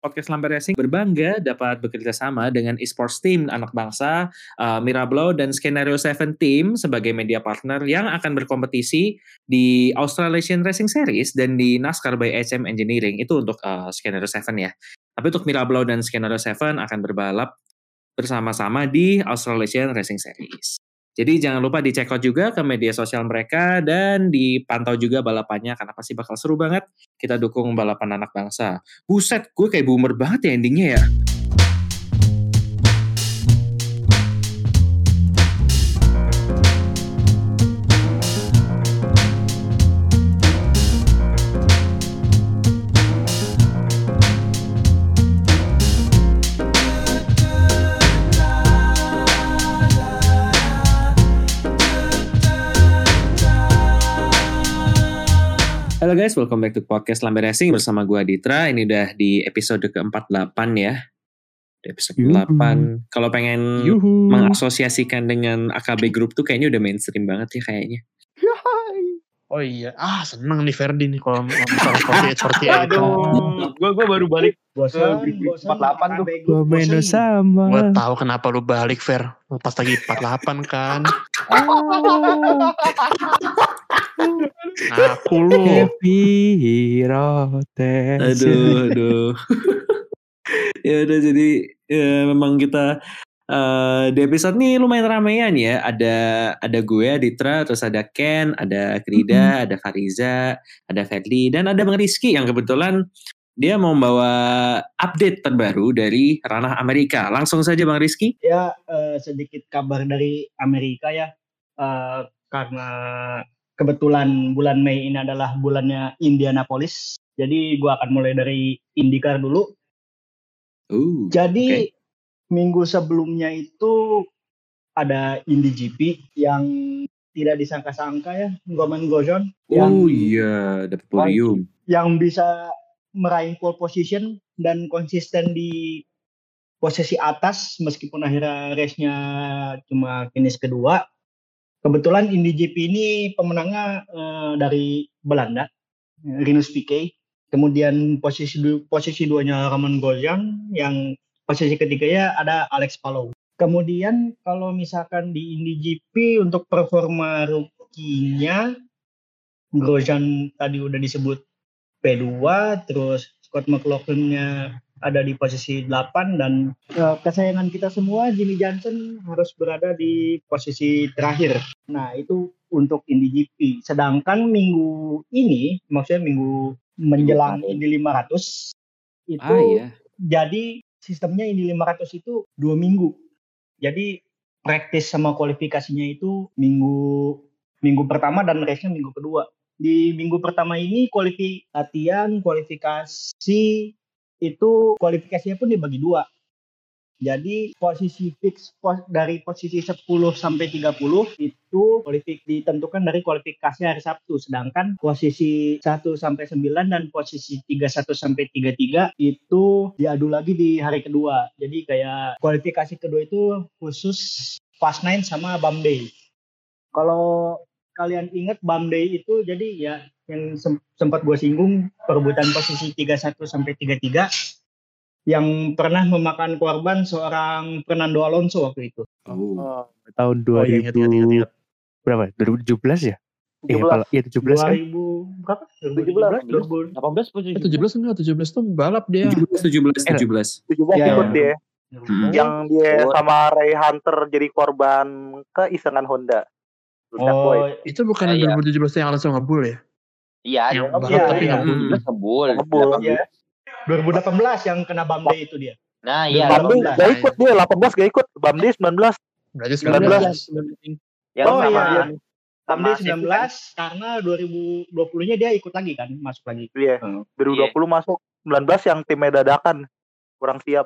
Podcast Lambe Racing berbangga dapat bekerja sama dengan esports team anak bangsa, Mirablo dan Skenario 7 Team sebagai media partner yang akan berkompetisi di Australasian Racing Series dan di NASCAR by HM Engineering. Itu untuk Skenario 7 ya. Tapi untuk Mirablo dan Skenario 7 akan berbalap bersama-sama di Australasian Racing Series. Jadi jangan lupa dicek out juga ke media sosial mereka dan dipantau juga balapannya karena pasti bakal seru banget. Kita dukung balapan anak bangsa. Buset, gue kayak boomer banget ya endingnya ya. Halo guys, welcome back to podcast Lambe Racing bersama gue Aditra. Ini udah di episode ke-48 ya. Di episode ke-8. Kalau pengen mengasosiasikan dengan AKB Group tuh kayaknya udah mainstream banget ya kayaknya. Oh iya, seneng nih Ferdi nih kalau misalnya 48 itu. Gue baru balik bosan 48 tuh. Gue main sama. Gue tahu kenapa lu balik Fer. Pas lagi 48 kan. Aku lu. Happy rotation. Aduh. Ya udah jadi memang kita di episode ini lumayan ramean ya. Ada gue Aditra, terus ada Ken, ada Krida, ada Fariza, ada Fadli, dan ada Bang Rizky yang kebetulan dia mau membawa update terbaru dari ranah Amerika. Langsung saja Bang Rizky. Ya sedikit kabar dari Amerika ya. Karena kebetulan bulan Mei ini adalah bulannya Indianapolis. Jadi gue akan mulai dari IndyCar dulu. Jadi minggu sebelumnya itu ada Indy GP yang tidak disangka-sangka ya, Romain Grosjean. Dapat podium. Yang bisa meraih pole position dan konsisten di posisi atas meskipun akhirnya race-nya cuma finish kedua. Kebetulan Indy GP ini pemenangnya dari Belanda, Rinus Piquet. Kemudian posisi duanya Romain Grosjean, yang posisi ketiganya ada Alex Palou. Kemudian kalau misalkan di Indy GP untuk performa rookie-nya, Grosjean tadi udah disebut P2, terus Scott McLaughlin-nya ada di posisi 8, dan kesayangan kita semua Jimmy Johnson harus berada di posisi terakhir. Nah itu untuk Indy GP. Sedangkan minggu ini, maksudnya minggu menjelang Indy 500 itu jadi sistemnya Indy 500 itu 2 minggu. Jadi praktis sama kualifikasinya itu minggu pertama dan race-nya minggu kedua. Di minggu pertama ini kualifikasi itu kualifikasinya pun dibagi 2. Jadi posisi fix dari posisi 10 sampai 30 itu ditentukan dari kualifikasi hari Sabtu. Sedangkan posisi 1 sampai 9 dan posisi 31 sampai 33 itu diadu lagi di hari kedua. Jadi kayak kualifikasi kedua itu khusus Fast 9 sama Bum Day. Kalau kalian ingat Bum Day itu jadi ya yang sempat gue singgung, perebutan posisi 31 sampai 33 yang pernah memakan korban seorang Fernando Alonso waktu itu. Tahun 2000 ingat. Berapa? 2017 ya? 17. Iya 17 kan? 2000 berapa? 17 enggak, 17 tuh balap dia. 17 ikut dia. Yang dia sama Ray Hunter jadi korban keisengan Honda. Itu bukan 2017 yang langsung ngebul ya? Iya, yang balap tapi ngebul. 2018 yang kena Bum Day itu dia. Nah, iya. Bum Day gak ikut dia, 18 gak ikut. Bum Day 19. Berarti 19. Bum Day 19 karena 2020-nya dia ikut lagi kan, masuk lagi. Iya. 2020 masuk, 19 yang timnya dadakan. Kurang siap.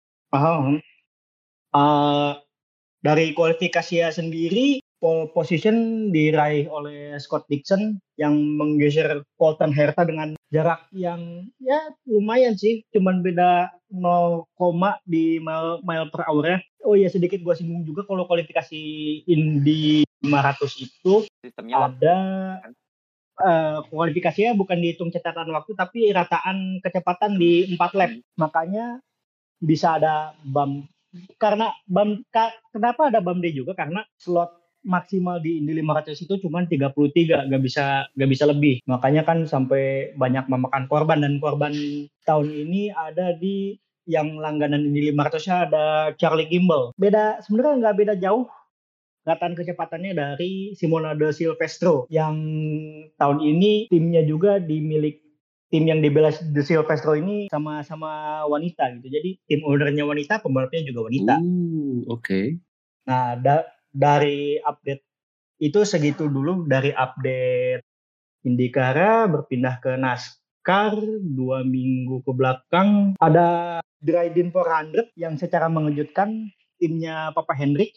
Dari kualifikasinya sendiri, pole position diraih oleh Scott Dixon yang menggeser Colton Herta dengan jarak yang ya lumayan sih, cuman beda 0, di mile per hour ya. Oh iya, sedikit gue singgung juga kalau kualifikasi Indy 500 itu sistemnya kualifikasinya bukan dihitung catatan waktu tapi rataan kecepatan di 4 lap. Makanya bisa ada bump. Karena kenapa ada bump day juga? Karena slot maksimal di Indy 500 itu cuma 33, nggak bisa lebih. Makanya kan sampai banyak memakan korban, dan korban tahun ini ada di yang langganan Indy 500-nya ada Charlie Kimball. Sebenarnya nggak beda jauh rataan kecepatannya dari Simona De Silvestro yang tahun ini timnya juga tim yang dibela De Silvestro ini sama-sama wanita gitu. Jadi tim ownernya wanita, pembalapnya juga wanita. Oke. Nah, dari update itu segitu dulu dari update IndyCar. Berpindah ke NASCAR 2 minggu ke belakang ada Dryden 400 yang secara mengejutkan timnya Papa Hendrick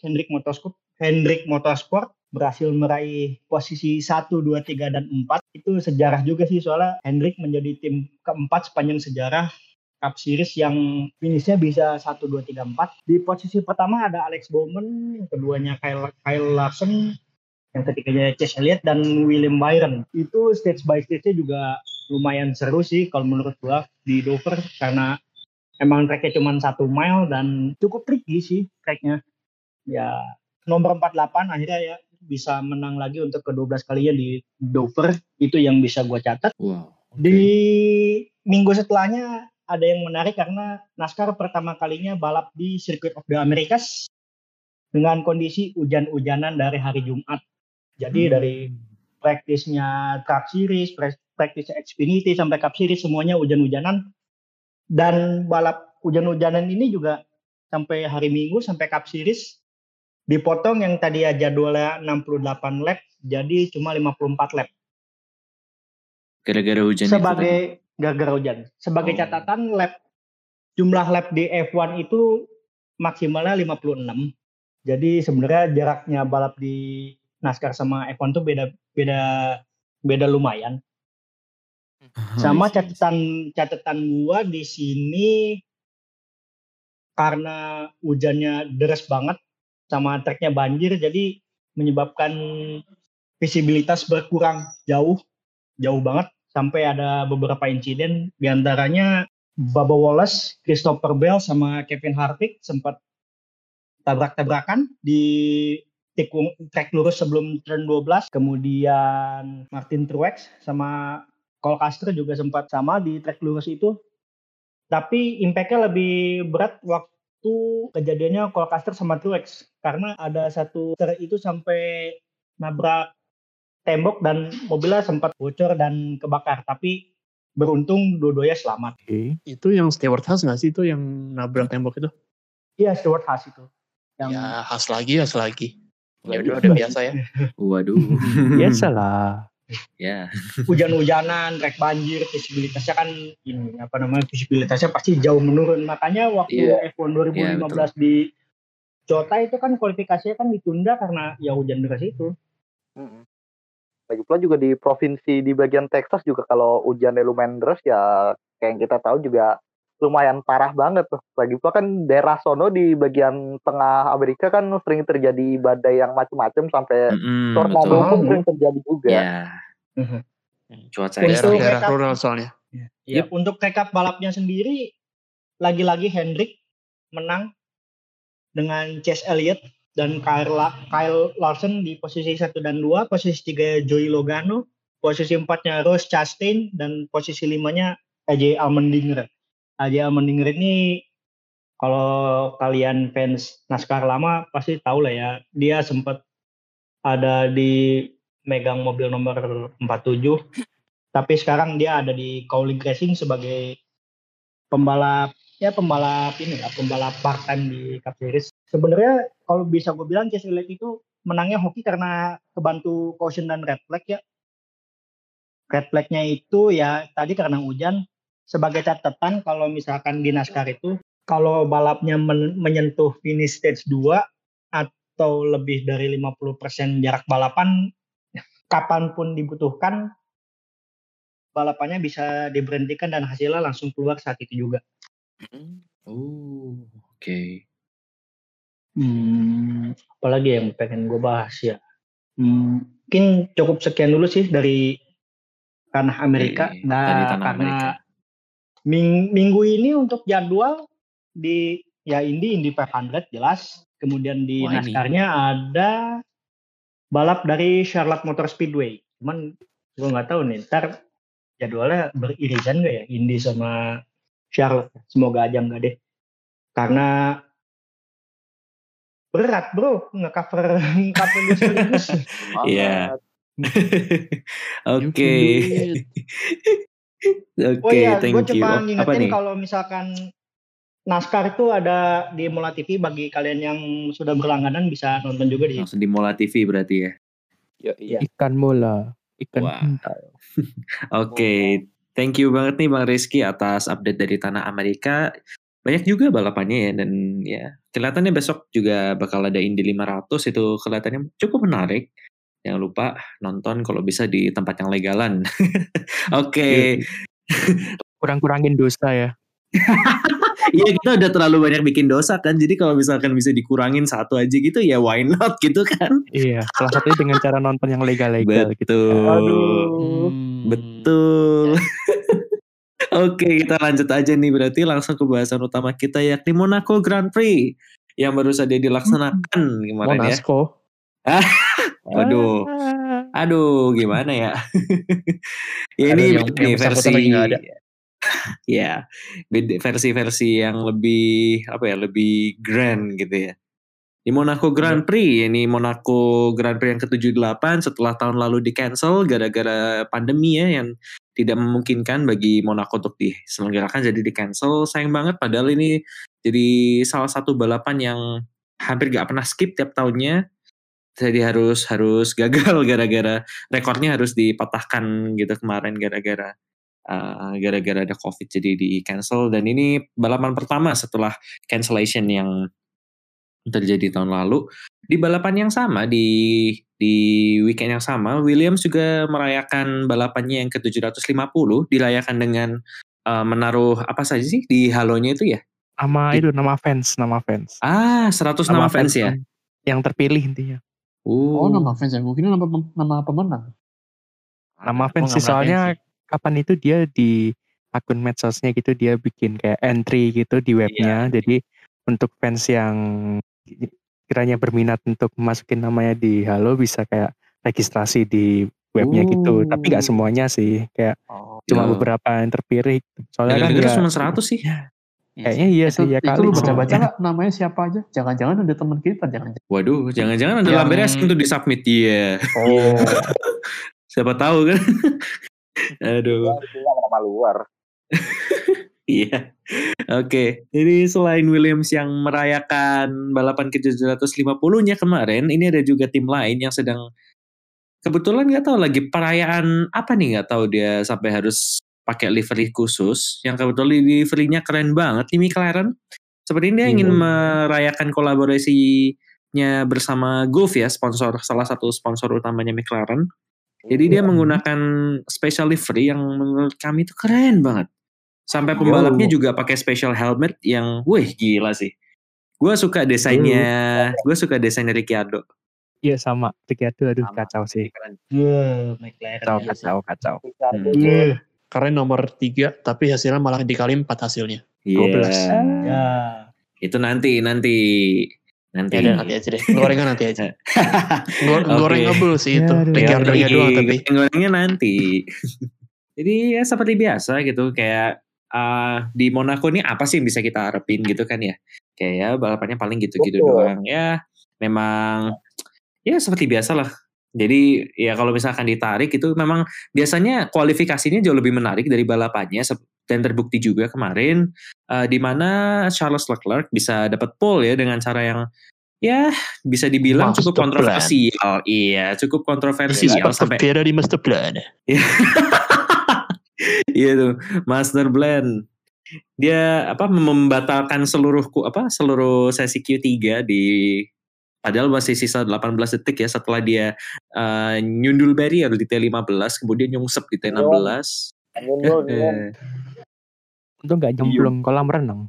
Motorsport berhasil meraih posisi 1, 2, 3, dan 4. Itu sejarah juga sih, soalnya Hendrick menjadi tim keempat sepanjang sejarah Cup Series yang finishnya bisa 1, 2, 3, 4. Di posisi pertama ada Alex Bowman, yang keduanya Kyle Larson, yang ketiganya Chase Elliott dan William Byron. Itu stage by stage-nya juga lumayan seru sih kalau menurut gua di Dover, karena emang tracknya cuma 1 mile dan cukup tricky sih tracknya. Ya, nomor 48 akhirnya ya bisa menang lagi untuk ke-12 kalinya di Dover. Itu yang bisa gua catat. Wow. Okay. Di minggu setelahnya ada yang menarik karena NASCAR pertama kalinya balap di Circuit of the Americas dengan kondisi hujan-hujanan dari hari Jumat. Jadi dari practice-nya Cup Series, practice Xfinity sampai Cup Series semuanya hujan-hujanan. Dan balap hujan-hujanan ini juga sampai hari Minggu sampai Cup Series dipotong yang tadi ya jadwalnya 68 lap jadi cuma 54 lap. Gara-gara hujan Gara-gara hujan. Sebagai catatan jumlah lap di F1 itu maksimalnya 56. Jadi sebenarnya jaraknya balap di NASCAR sama F1 tuh beda lumayan. Sama catatan gua di sini karena hujannya deras banget sama treknya banjir, jadi menyebabkan visibilitas berkurang jauh banget, sampai ada beberapa insiden, diantaranya Bubba Wallace, Christopher Bell sama Kevin Harvick sempat tabrak-tabrakan di trek lurus sebelum turn 12. Kemudian Martin Truex sama Cole Custer juga sempat sama di trek lurus itu. Tapi impact-nya lebih berat waktu kejadiannya Cole Custer sama Truex, karena ada satu truk itu sampai nabrak tembok dan mobilnya sempat bocor dan kebakar. Tapi beruntung dua-duanya selamat. Itu yang Stewart Haas nggak sih itu yang nabrak tembok itu? Iya, Stewart Haas itu. Ya Haas lagi. Ya udah biasa ya. Waduh. Biasalah. Ya. Hujan-hujanan, trek banjir, visibilitasnya kan visibilitasnya pasti jauh menurun. Makanya waktu F1 2015 di Chota itu kan kualifikasinya kan ditunda karena ya hujan deras itu. Lagi pula juga di provinsi di bagian Texas juga kalau hujannya lumayan deras ya kayak yang kita tahu juga lumayan parah banget tuh. Lagi pula kan daerah sono di bagian tengah Amerika kan sering terjadi badai yang macam-macam sampai tornado pun sering terjadi juga. Cuaca daerah rural soalnya. Untuk rekap balapnya sendiri, lagi-lagi Hendrick menang dengan Chase Elliott dan Kyle Larson di posisi 1 dan 2, posisi 3 Joey Logano, posisi 4-nya Ross Chastain, dan posisi 5-nya AJ Allmendinger. AJ Allmendinger ini kalau kalian fans NASCAR lama pasti tahu lah ya, dia sempat ada di megang mobil nomor 47, tapi sekarang dia ada di Kaulig Racing sebagai pembalap part-time di Cup Series. Sebenarnya kalau bisa gue bilang Chase Elliott itu menangnya hoki karena kebantu caution dan red flag ya. Red flagnya itu ya tadi karena hujan. Sebagai catatan kalau misalkan di NASCAR itu kalau balapnya menyentuh finish stage 2 atau lebih dari 50% jarak balapan, kapanpun dibutuhkan balapannya bisa diberhentikan dan hasilnya langsung keluar saat itu juga. Oke. Apalagi yang pengen gue bahas ya. Mungkin cukup sekian dulu sih dari tanah Amerika. Dari tanah Karena Amerika. minggu ini untuk jadwal di Indy 500 jelas. Kemudian di Wah, ini. NASCAR-nya ada balap dari Charlotte Motor Speedway. Cuman gue nggak tahu nih, ntar jadwalnya beririsan nggak ya Indy sama Charlotte. Semoga aja nggak deh. Karena berat bro nge-cover gue sekaligus. Iya. Oke. Oh iya, gue thank you. cuma Apa ngingetin nih? kalau misalkan NASCAR itu ada di Mola TV, bagi kalian yang sudah berlangganan bisa nonton juga di situ. Langsung di Mola TV berarti ya. Iya. Ikan mola, ikan Wah. buntal. Oke, thank you banget nih Bang Rizky atas update dari Tanah Amerika. Banyak juga balapannya ya, dan ya kelihatannya besok juga bakal ada Indy 500, itu kelihatannya cukup menarik. Jangan lupa nonton kalau bisa di tempat yang legalan. Oke. Kurang-kurangin dosa ya. Iya, kita udah terlalu banyak bikin dosa kan, jadi kalau misalkan bisa dikurangin satu aja gitu ya why not gitu kan. Iya, salah satunya dengan cara nonton yang legal-legal gitu. Betul. Aduh. Betul. Oke, kita lanjut aja nih, berarti langsung ke bahasan utama kita, yakni Monaco Grand Prix yang baru saja dilaksanakan kemarin ya. Monaco. Aduh, gimana ya? Ya Aduh, ini yang nih bersangkutan lagi nggak ada. Ya, versi-versi yang lebih lebih grand gitu ya. Di Monaco Grand Prix, ini Monaco Grand Prix yang ke-78 setelah tahun lalu di-cancel gara-gara pandemi ya, yang tidak memungkinkan bagi Monaco untuk diselenggarakan, jadi di-cancel. Sayang banget, padahal ini jadi salah satu balapan yang hampir gak pernah skip tiap tahunnya. Jadi harus gagal gara-gara rekornya harus dipatahkan gitu kemarin gara-gara ada COVID jadi di-cancel. Dan ini balapan pertama setelah cancellation yang terjadi tahun lalu. Di balapan yang sama, di weekend yang sama, Williams juga merayakan balapannya yang ke-750, dirayakan dengan menaruh apa saja sih di halonya itu ya? Nama fans. 100 nama fans ya? Yang terpilih intinya. Oh, nama fans ya. Mungkin nama pemenang. Nama fans sih, soalnya kapan itu dia di akun medsosnya gitu, dia bikin kayak entry gitu di webnya. Jadi untuk fans yang kiranya berminat untuk masukin namanya di Halo bisa kayak registrasi di webnya gitu. Tapi gak semuanya sih, kayak cuma beberapa yang terpilih. Soalnya kan ya cuma 100 sih. Kayaknya iya sih ya kali. Itu lu baca-baca gak namanya siapa aja? Jangan-jangan ada teman kita, jangan-jangan. Waduh, jangan-jangan ada lambe resmi untuk disubmit dia. Oh. Siapa tahu kan. Aduh. Nama luar. Iya. Oke. Jadi selain Williams yang merayakan balapan ke-750-nya kemarin, ini ada juga tim lain yang sedang kebetulan nggak tahu lagi perayaan apa nih, nggak tahu dia sampai harus pakai livery khusus. Yang kebetulan liverynya keren banget di McLaren. Seperti dia ingin merayakan kolaborasinya bersama Gulf ya, salah satu sponsor utamanya McLaren. Jadi dia menggunakan special livery yang menurut kami itu keren banget. Sampai pembalapnya juga pakai special helmet yang, wih gila sih. Gue suka desainnya Ricciardo. Iya sama, Ricciardo aduh kacau sih. McLaren. Kacau. Karena nomor 3, tapi hasilnya malah dikali 4 hasilnya. 12. Ya. Itu nanti. Ya udah, nanti aja deh. Gorengan nanti aja. Gorengable sih itu. Ricciardo-nya doang tapi. Gorengnya nanti. Jadi ya seperti biasa gitu, kayak di Monaco ini apa sih yang bisa kita harapin gitu kan ya. Kayak ya balapannya paling gitu-gitu doang. Ya memang ya seperti biasa lah. Jadi ya kalau misalkan ditarik itu memang biasanya kualifikasinya jauh lebih menarik dari balapannya, dan terbukti juga kemarin di mana Charles Leclerc bisa dapat pole ya dengan cara yang ya bisa dibilang cukup kontroversial. Iya, cukup kontroversial sampai Ferrari Master Plan. Iya tuh, Master Blend. Dia membatalkan seluruh sesi Q3 padahal masih sisa 18 detik ya setelah dia nyundul barrier di T15, kemudian nyungsep di T16. Untung gak nyemplung kolam renang.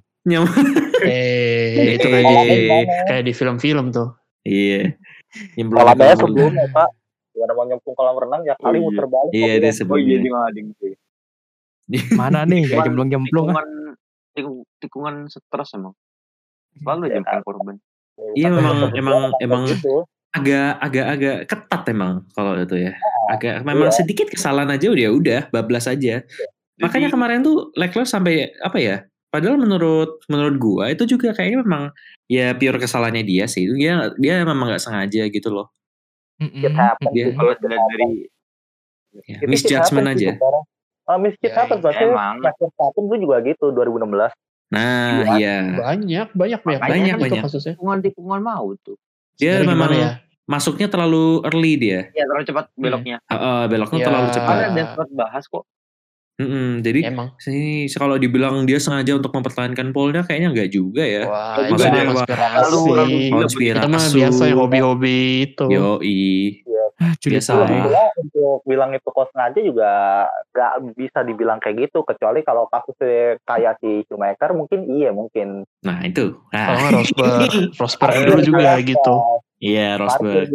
Itu kayak di film-film tuh. Iya. Kalau saya sebelumnya Pak, Gimana mau nyemplung kolam renang ya kali muter balik. Iya, dia sebelumnya. di Mading. Mana nih gak jemplung-jemplung Tikungan stres emang. Selalu aja yang korban. Iya emang agak ketat emang kalau itu ya. Agak memang sedikit kesalahan aja udah bablas aja. Makanya kemarin tuh Leclerc sampai apa ya? Padahal menurut gua itu juga kayaknya memang ya pure kesalahannya dia sih. Dia memang nggak sengaja gitu loh. Kalau dari misjudgment aja. Misjudgment happen berarti Verstappen gue juga gitu 2016. Nah, iya. Banyak kasusnya. Tikungan mau tuh. Dia memang masuknya terlalu early dia. Iya, terlalu cepat beloknya. Beloknya terlalu cepat. Ada sempat bahas kok. Jadi sih kalau dibilang dia sengaja untuk mempertahankan pole-nya kayaknya enggak juga ya. Wah, maksudnya konspirasi. Itu mah biasa yang hobi-hobi itu. Yoi. Biasa. Untuk bilang itu kok sengaja juga nggak bisa dibilang kayak gitu, kecuali kalau kasusnya kayak si Schumacher mungkin. Nah itu. Rosberg dulu juga gitu. Iya, Rosberg.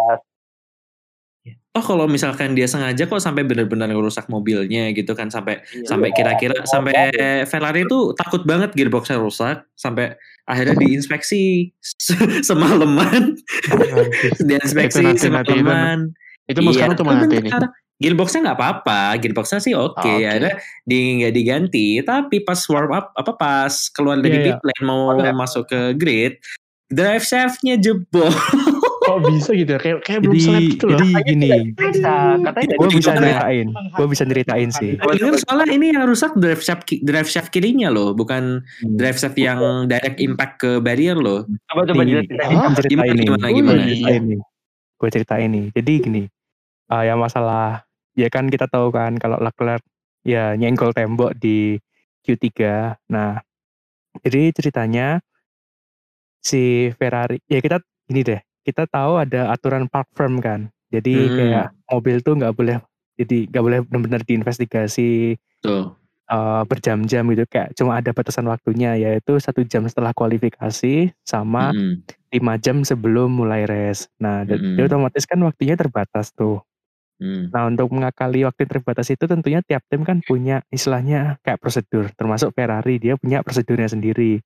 Kalau misalkan dia sengaja kok sampai benar-benar ngerusak mobilnya gitu kan, sampai kira-kira sampai Ferrari itu takut banget gearboxnya rusak, sampai akhirnya diinspeksi semalaman. Itu mau sekarang tuh nanti nih. Gearboxnya nggak apa-apa, gearboxnya sih oke. Akhirnya nggak diganti, tapi pas warm up pas keluar dari pit lane mau masuk ke grid, drive shaft-nya jebol. Kok bisa gitu ya? Kayak belum selap gitu loh. Jadi gini. Katanya gue bisa ceritain sih. Soalnya ini yang rusak drive shaft kirinya loh, bukan drive shaft yang direct impact ke barrier loh. Coba Gimana? Gue ceritain nih. Jadi gini. Ya masalah, ya kan kita tahu kan kalau Leclerc ya nyenggol tembok di Q3. Nah, jadi ceritanya si Ferrari, ya kita gini deh. Kita tahu ada aturan park firm kan. Jadi kayak mobil tuh nggak boleh benar-benar diinvestigasi berjam-jam gitu. Kayak cuma ada batasan waktunya, yaitu 1 jam setelah kualifikasi sama 5 jam sebelum mulai race. Nah, jadi otomatis kan waktunya terbatas tuh. Nah, untuk mengakali waktu terbatas itu tentunya tiap tim kan punya istilahnya kayak prosedur. Termasuk Ferrari, dia punya prosedurnya sendiri.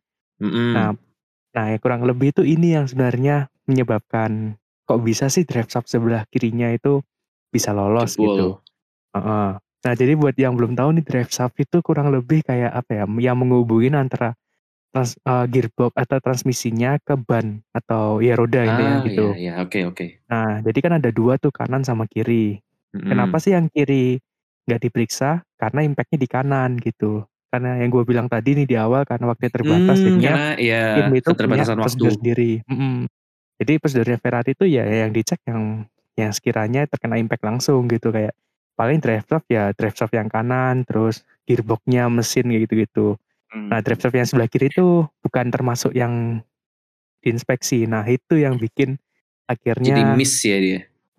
Nah, ya kurang lebih itu ini yang sebenarnya menyebabkan kok bisa sih drive shaft sebelah kirinya itu bisa lolos gitu. Nah, jadi buat yang belum tahu nih, drive shaft itu kurang lebih kayak apa ya, yang menghubungin antara gearbox atau transmisinya ke ban atau ya roda intinya gitu. Iya, oke. Nah, jadi kan ada 2 tuh, kanan sama kiri. Kenapa sih yang kiri nggak diperiksa? Karena impactnya di kanan gitu. Karena yang gue bilang tadi nih di awal, karena waktunya terbatas, jadinya tim itu punya prosedur sendiri. Jadi prosedurnya Ferrari itu ya yang dicek yang sekiranya terkena impact langsung gitu, kayak paling drive shaft yang kanan, terus gearboxnya, mesin kayak gitu-gitu. Nah, drive shaft yang sebelah kiri itu bukan termasuk yang diinspeksi. Nah, itu yang bikin akhirnya jadi miss ya dia.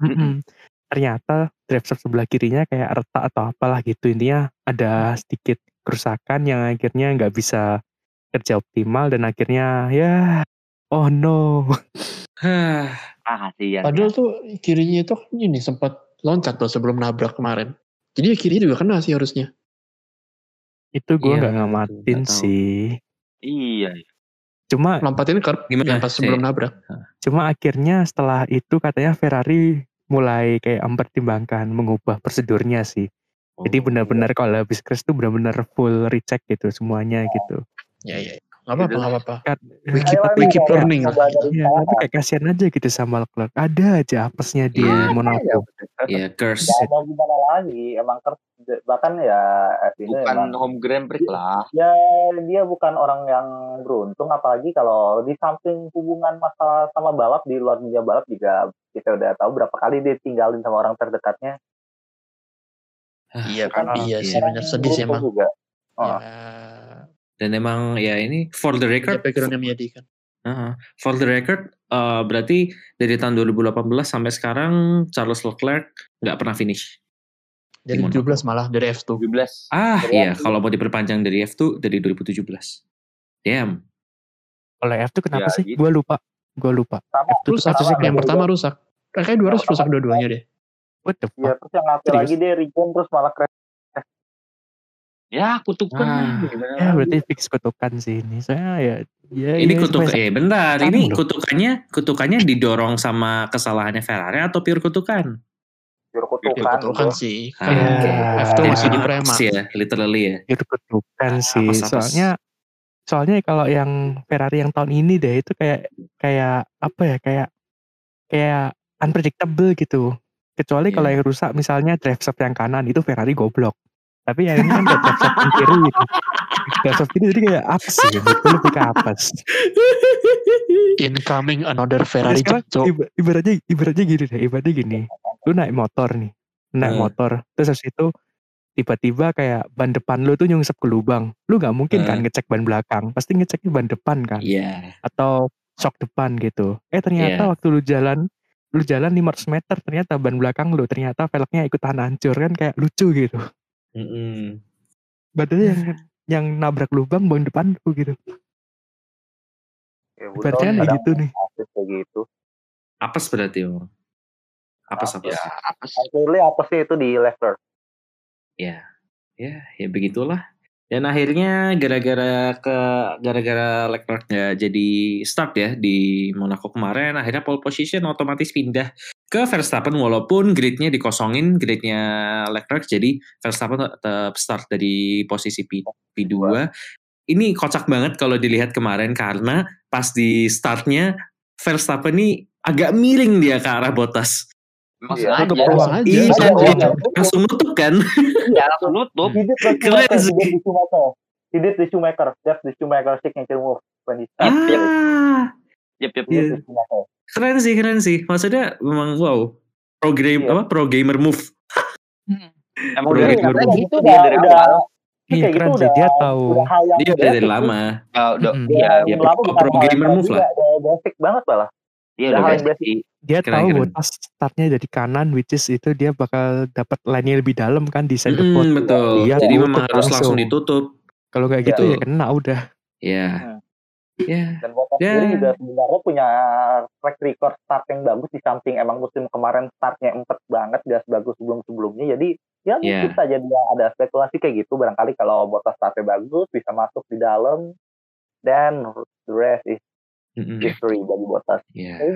Ternyata drive shaft sebelah kirinya kayak retak atau apalah gitu. Intinya ada sedikit kerusakan yang akhirnya nggak bisa kerja optimal dan akhirnya oh no. Padahal tuh kirinya itu kan ini sempat loncat loh sebelum nabrak kemarin. Jadi kirinya juga kena sih harusnya. Itu gue nggak ngamatin sih. Iya. Cuma lompatin curb yang pas sebelum nabrak. Cuma akhirnya setelah itu katanya Ferrari mulai kayak mempertimbangkan mengubah prosedurnya sih. Jadi benar-benar kalau habis crash tuh benar-benar full recheck gitu semuanya gitu. Iya. Gak apa-apa. We keep learning lah. Iya, tapi kayak kasihan aja gitu sama Leclerc. Ada aja apesnya di Monaco. Iya, curse. Mau gimana lagi? Emang curse. Bahkan ya bukan home Grand Prix lah. Ya dia bukan orang yang beruntung, apalagi kalau di samping hubungan masalah sama balap, di luar dunia balap juga kita udah tahu berapa kali dia tinggalin sama orang terdekatnya. Iya kan, sih benar sedih sih emang. Juga. Dan emang ya ini for the record. Backgroundnya menyedihkan. For the record, berarti dari tahun 2018 sampai sekarang Charles Leclerc nggak pernah finish. Dari 17 malah, dari F2. 17. Iya, kalau mau diperpanjang dari F2 dari 2017. Damn. Kalau F2 kenapa sih? Gitu. Gue lupa. Rusak. Yang pertama rusak. Kayaknya 2 rusak dua-duanya deh. What the Iya, fuck? terus yang ngapain Serius? lagi deh regen terus malah crash. Ya kutukan Ah. gimana Ya lagi. berarti fix kutukan sih ini. Soalnya ya Ini supaya bentar. Tanam Ini loh. kutukannya didorong sama kesalahannya Ferrari atau pure kutukan? Pure Ya, kutukan. kutukan Bro. sih. Kan Ya, F2 masih di Jadi Prema. apes ya, literally ya. pure kutukan sih. Apes. Soalnya kalau yang Ferrari yang tahun ini deh itu kayak apa ya, kayak unpredictable gitu. Kecuali kalau Iya. yang rusak misalnya drive shaft yang kanan itu Ferrari goblok. Tapi yang ini kan kayak drive shaft yang kiri gitu. Drive shaft kiri jadi kayak apes gitu. Itu lebih ke apes. Incoming another Ferrari Sekarang Cok. ibaratnya gini deh. Ibaratnya gini. Lu naik motor nih. Motor. Terus habis itu tiba-tiba kayak ban depan lu tuh nyungsep ke lubang. Lu gak mungkin kan ngecek ban belakang. Pasti ngeceknya ban depan kan. Iya. Atau shock depan gitu. Ternyata waktu lu jalan 500 meter ternyata ban belakang lu ternyata velgnya ikutan hancur kan kayak lucu gitu. Padahal yang nabrak lubang ban depan lu gitu. Ya, Berarti kayak gitu nih. Kayak gitu. Apes berarti Om. Apes. Ya, apes. Akhirnya apa sih itu di Leicester? Ya begitulah. Dan akhirnya gara-gara Leclerc nggak jadi start ya di Monaco kemarin, akhirnya pole position otomatis pindah ke Verstappen walaupun gridnya dikosongin, gridnya Leclerc, jadi Verstappen tetap start dari posisi P2. Ini kocak banget kalau dilihat kemarin karena pas di startnya Verstappen ini agak miring dia ke arah Bottas. Maksudnya Tutup ruang aja. Langsung nutup kan? Iya, langsung nutup. Keren sih. He did the Schumacher. That's the Schumacher signature move when he started. Yep. Keren sih. Maksudnya memang wow. Pro gamer move. Emang dari gitu dia dari awal. Iya keren sih, dia tahu. Dia dari lama. Pro gamer move lah. Basic banget malah. Dia udah basic. Dia tahu Bottas startnya dari kanan, which is itu dia bakal dapat line-nya lebih dalam kan di side depot. Betul. Dia jadi memang harus langsung ditutup. Kalau kayak gitu ya kena udah. Iya. Dan Bottas sendiri juga sebenarnya punya track record start yang bagus di samping emang musim kemarin startnya empet banget, gak sebagus sebelum-sebelumnya. Jadi ya mungkin saja dia ada spekulasi kayak gitu. Barangkali kalau Bottas startnya bagus bisa masuk di dalam, dan the rest is history bagi Bottas.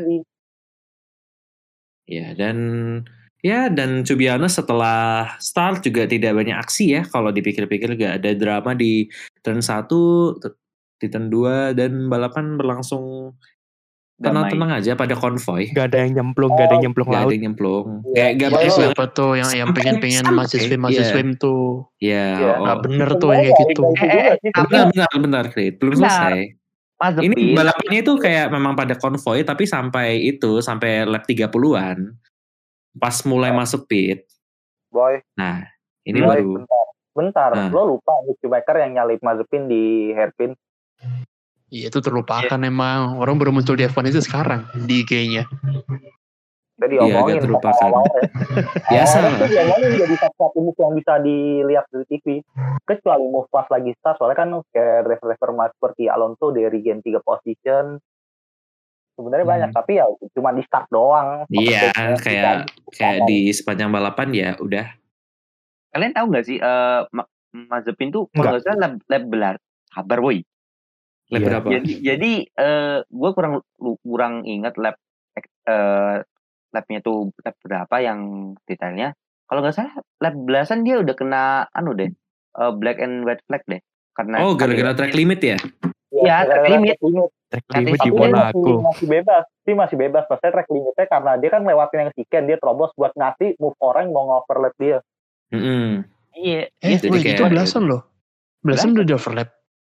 Dan to be honest setelah start juga tidak banyak aksi ya kalau dipikir-pikir, gak ada drama di turn 1, di turn 2 dan balapan berlangsung tenang-tenang aja pada konvoy. Gak ada yang nyemplung, gak ada yang nyemplung laut. Gak banyak siapa tuh yang pengen masih swim tuh. Iya. Gak bener tuh yang kayak gitu. Bentar, belum selesai. Ini balapannya itu kayak memang pada konvoy tapi sampai lap 30-an. Pas mulai masuk pit. Boy. Nah, ini baru. Bentar. Lo lupa Schumacher yang nyalip Mazepin di hairpin. Iya itu terlupakan emang. Orang baru muncul di F1 itu sekarang di IG-nya. Iya, agak terlupakan. Biasa lah. Itu diomongin jadi satu move yang bisa dilihat di TV. Kecuali move pas lagi start. Soalnya kan kayak driver-driver seperti Alonso dari gen 3 position. Sebenarnya banyak, tapi ya cuma di start doang. Iya, kayak di sepanjang balapan ya udah. Kalian tahu nggak sih Mazepin tuh kalau nggak salah lap belar. Sabar boy. Lap berapa? Jadi gue kurang ingat lapnya tuh lap berapa yang detailnya. Kalau nggak salah lap belasan dia udah kena black and white flag deh. Karena gara-gara track limit ya? Iya, track limit. Track limit di Monaco. Masih bebas. Maksudnya track limitnya karena dia kan lewatin yang chicken, dia terobos buat ngasih move orang mau ngoverlap dia. Iya. Jadi itu belasan loh. Belasan udah di overlap.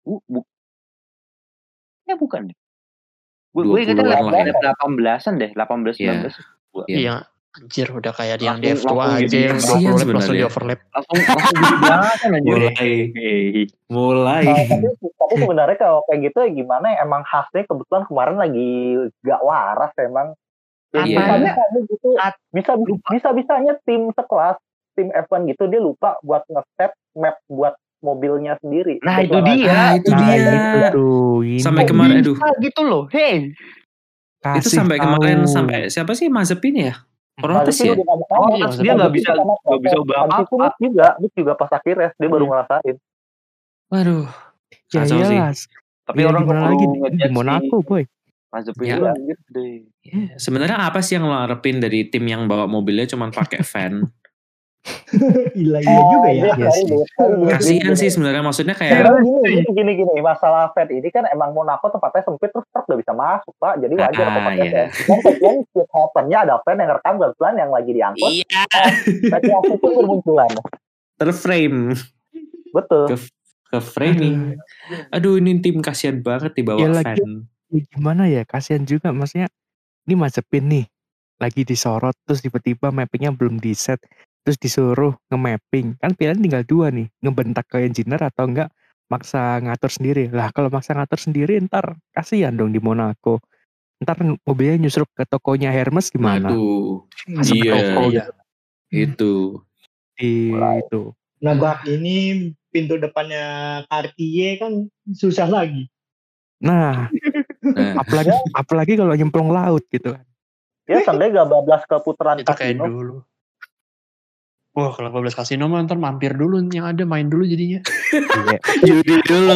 Ya bukan deh. Gue ingetnya lap 18-an deh, 18-19. Iya. Anjir udah kayak yang di F2 aja yang 20 lap langsung di overlap. Langsung dibelasan anjir. Mulai. Tapi sebenarnya kalau kayak gitu ya gimana ya, emang khasnya kebetulan kemarin lagi gak waras emang. Gitu, bisa-bisanya tim sekelas, tim F1 gitu dia lupa buat nge-set map buat mobilnya sendiri. Nah itu dia. Sampai kemarin gitu loh. Hey. Itu sampai kemarin sampai siapa sih Mazepin ya? Protes ya? Dia nggak bisa ubah apa. Mick juga pas akhirnya dia baru ngerasain. Waduh. Ya Kacau sih. iyalah. Tapi Ya, orang gimana perlu lagi di ngejudge Monaco, boy. Mazepin Ya. itu anjir deh. Sebenarnya apa sih yang lo harapin dari tim yang bawa mobilnya cuma pakai fan? Iya juga ya. Iya sih. Kasihan sih sebenarnya, maksudnya kayak Gini masalah fan ini kan emang Monaco tempatnya sempit terus truk gak bisa masuk Pak, jadi wajar apa pakai fan. Dan bagian speed hoppernya ada fan yang rekam pelan yang lagi diangkut. Iya. Tapi aku pun bermunculan. Terframe. Betul. Ke framing. Aduh, ini tim kasihan banget dibawa Ya, fan. Ya, gimana ya, kasihan juga, maksudnya ini Mazepin nih lagi disorot terus tiba-tiba mappingnya belum di set terus disuruh nge-mapping, kan pilihan tinggal dua nih, ngebentak ke engineer atau enggak maksa ngatur sendiri. Lah kalau maksa ngatur sendiri ntar kasihan dong di Monaco, ntar mobilnya nyusruk ke tokonya Hermes gimana. Aduh, Masuk ke toko gitu. Itu Itu Nabrak ini pintu depannya Cartier kan susah lagi. nah apalagi kalau nyemplung laut gitu kan. Ya seenggaknya gak bablas ke putaran Itu kayak kasino. dulu. Wah, kalau 12 kasino mah ntar mampir dulu yang ada, main dulu jadinya. judi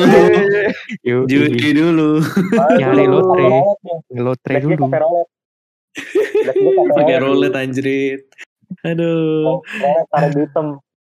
dulu. Nyari lotre dulu. Pakai roulette anjrit. Aduh. Roulette hitam.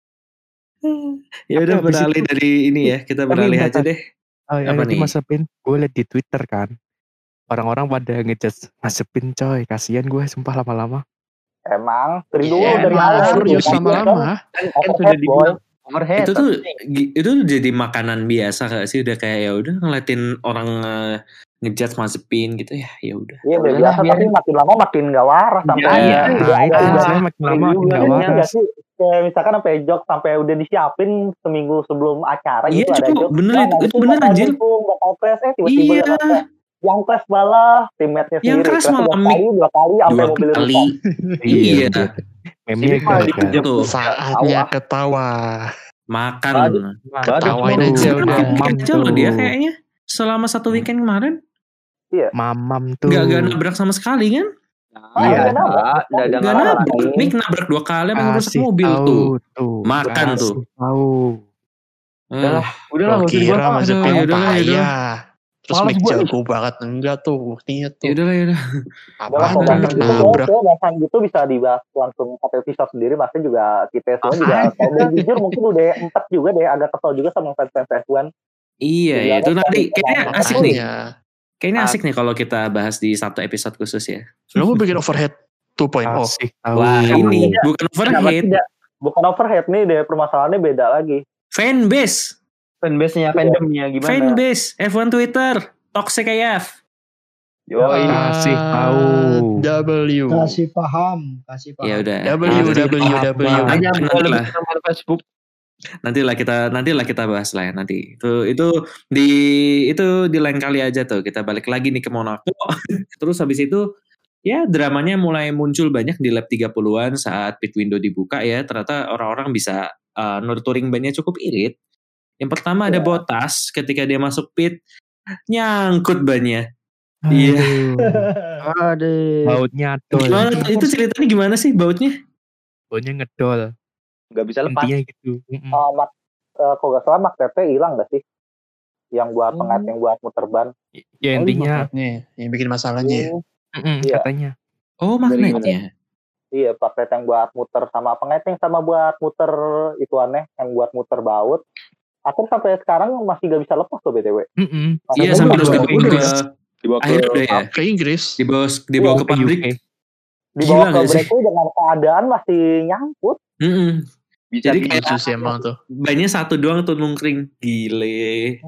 Ya udah beralih dari ini ya, kita beralih aja deh. Apa nih? Mazepin, gue liat di Twitter kan, orang-orang pada ngejudge Mazepin coy, kasihan gue sumpah lama-lama. Emang dari dulu dari awal serius lama-lama. Kan sudah dibilang overhead. Itu jadi makanan biasa gak sih, udah kayak ya udah ngeliatin orang ngejudge Mazepin gitu ya udah. Iya udah biasa, tapi makin lama makin gak waras sampai itu maksudnya makin lama makin gak waras. Kayak misalkan sampai jok sampai udah disiapin seminggu sebelum acara gitu ada jok. Bener itu bener anjir. Bakal crash tiba-tiba yang crash malah teammate-nya sendiri. Yang crash malah dua kali sampai mobil rusak. Iya. Memnya gitu. Saatnya ketawa. Makan. Ketawain aja udah. Kecil loh dia kayaknya selama satu weekend kemarin. Iya. Mamam tuh. Gak nabrak sama sekali kan? Iya. Gak nabrak. Mick nabrak 2 kali apa ngerusak mobil tuh. Makan tuh. Udahlah gak usah dibahas. Mazepin ya. Terus Mick jago banget, enggak tuh buktinya tuh. Yaudah. Apaan nabrak? Bahasan gitu bisa dibahas langsung satu episode sendiri. Maksudnya juga kita semua juga. Kalau jujur mungkin udah 4 juga deh, agak kesel juga sama fans F1. Iya, itu nanti kayaknya asik nih. Kayaknya asik nih kalau kita bahas di satu episode khusus ya. Lo mau bikin overhead 2.0? Wah ini bukan overhead. Bukan overhead nih deh, permasalahannya beda lagi. Fanbase-nya, fandomnya gimana? Fanbase, F1 Twitter, Toxic AF. Kasih tahu. Kasih paham. Ya udah. www. Hanya boleh nomor Facebook. Nantilah kita bahas lah ya nanti. Itu di lain kali aja tuh. Kita balik lagi nih ke Monaco. Terus habis itu ya dramanya mulai muncul banyak di lap 30-an saat pit window dibuka ya. Ternyata orang-orang bisa nurturing bannya cukup irit. Yang pertama ada Bottas ketika dia masuk pit nyangkut bannya. Iya. Aduh. Bautnya dol. Gimana itu ceritanya gimana sih bautnya? Bautnya ngedol. Gak bisa lepas. Intinya gitu. Kalau gak salah magnetnya hilang gak sih? Yang buat pengait, yang buat muter ban. Ya intinya. Yang bikin masalahnya. Katanya. Oh magnetnya. Iya, magnet yang buat muter sama pengait yang sama buat muter itu aneh, yang buat muter baut. Akhir sampai sekarang masih gak bisa lepas loh BTW. Iya sampai harus dibawa ke Inggris. Dibawa ke pabrik. Dibawa ke breakaway dengan keadaan masih nyangkut. Jadi kayak sih emang tuh. banyak satu doang tuh nungkring. Gile.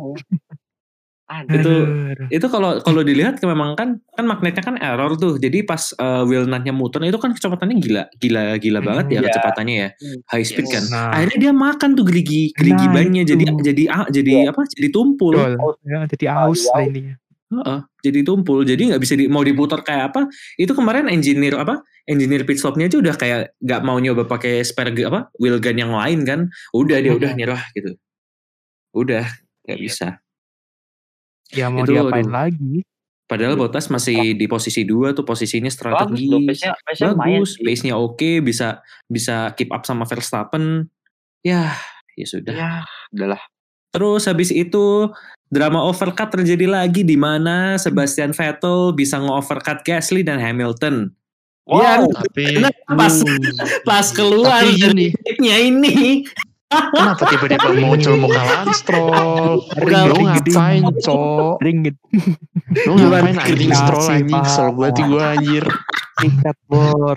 Itu kalau dilihat memang kan magnetnya kan error tuh. Jadi pas wheel nutnya muter itu kan kecepatannya gila banget ya kecepatannya ya. High speed kan. Akhirnya dia makan tuh gerigi bannya jadi tumpul. Jadi aus lah ininya. Jadi tumpul. Jadi nggak bisa mau diputar kayak apa? Itu kemarin engineer pit stopnya aja udah kayak nggak mau nyoba pakai spare wheel gun yang lain kan. Udah nyerah gitu. Udah nggak bisa. Ya mau diapain lagi? Padahal Bottas masih di posisi 2 tuh, posisinya strategis. Bagus, pace-nya oke, bisa keep up sama Verstappen. Ya sudah. Ya, udahlah. Terus habis itu drama overcut terjadi lagi di mana Sebastian Vettel bisa nge-overcut Gasly dan Hamilton. Wow, tapi pas keluar dari tipnya ini. Kenapa tiba-tiba muncul muka Stroll? Lu ngapain, Cok? Lu ngapain anjing Stroll anjing? Kesel banget gue anjir. Ikat bor.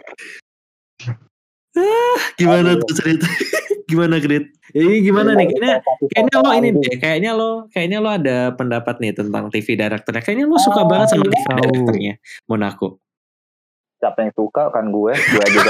Gimana tuh cerita? Gimana Grit? Ini gimana nih? Kayaknya lo ini deh. Kayaknya lo ada pendapat nih tentang TV directornya. Kayaknya lo suka banget sama TV directornya Monaco. Siapa yang suka kan gue juga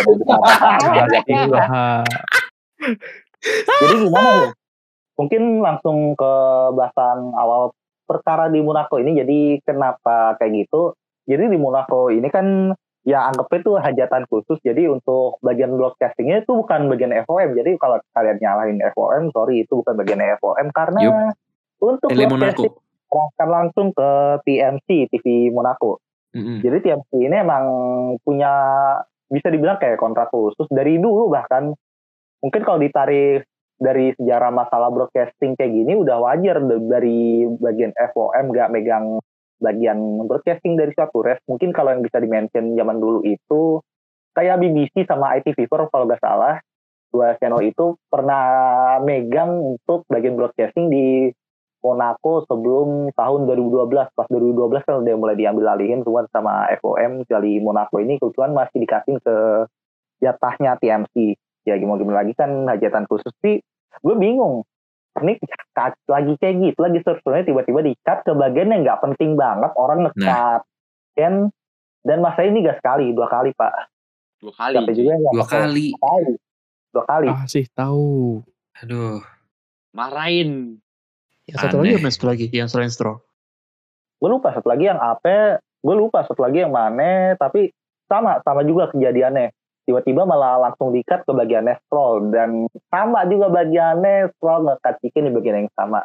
mau Jadi gimana ya? Mungkin langsung ke bahasan awal perkara di Monaco ini. Jadi kenapa kayak gitu? Jadi di Monaco ini kan ya anggapnya itu hajatan khusus. Jadi untuk bagian broadcastingnya itu bukan bagian FOM. Jadi kalau kalian nyalahin FOM, sorry itu bukan bagian FOM karena untuk broadcasting akan langsung ke TMC TV Monaco. Jadi TMC ini emang punya bisa dibilang kayak kontrak khusus dari dulu, bahkan mungkin kalau ditarik dari sejarah masalah broadcasting kayak gini udah wajar dari bagian FOM gak megang bagian broadcasting dari suatu race. Mungkin kalau yang bisa di-mention zaman dulu itu kayak BBC sama ITV4 kalau gak salah, dua channel itu pernah megang untuk bagian broadcasting di Monaco sebelum tahun 2012. Pas 2012 kan udah mulai diambil alihin semua sama FOM. Dari Monaco ini kebetulan masih dikasih ke jatahnya TMC. Ya gimana lagi kan hajatan khusus sih. Gue bingung. Ini lagi kayak gitu lagi sebenarnya tiba-tiba di-cut ke bagian yang nggak penting banget. Orang nge-cut. Dan masa ini gak sekali, 2 kali Pak. 2 kali. Dua kali. Ah sih tahu. Aduh. Marahin. Yang satu lagi yang selain Stroll. Gue lupa satu lagi yang apa. Gue lupa satu lagi yang mana. Tapi sama juga kejadiannya. Tiba-tiba malah langsung di-cut ke bagiannya Stroll. Dan sama juga bagiannya Stroll nge-cut chicken di bagian yang sama.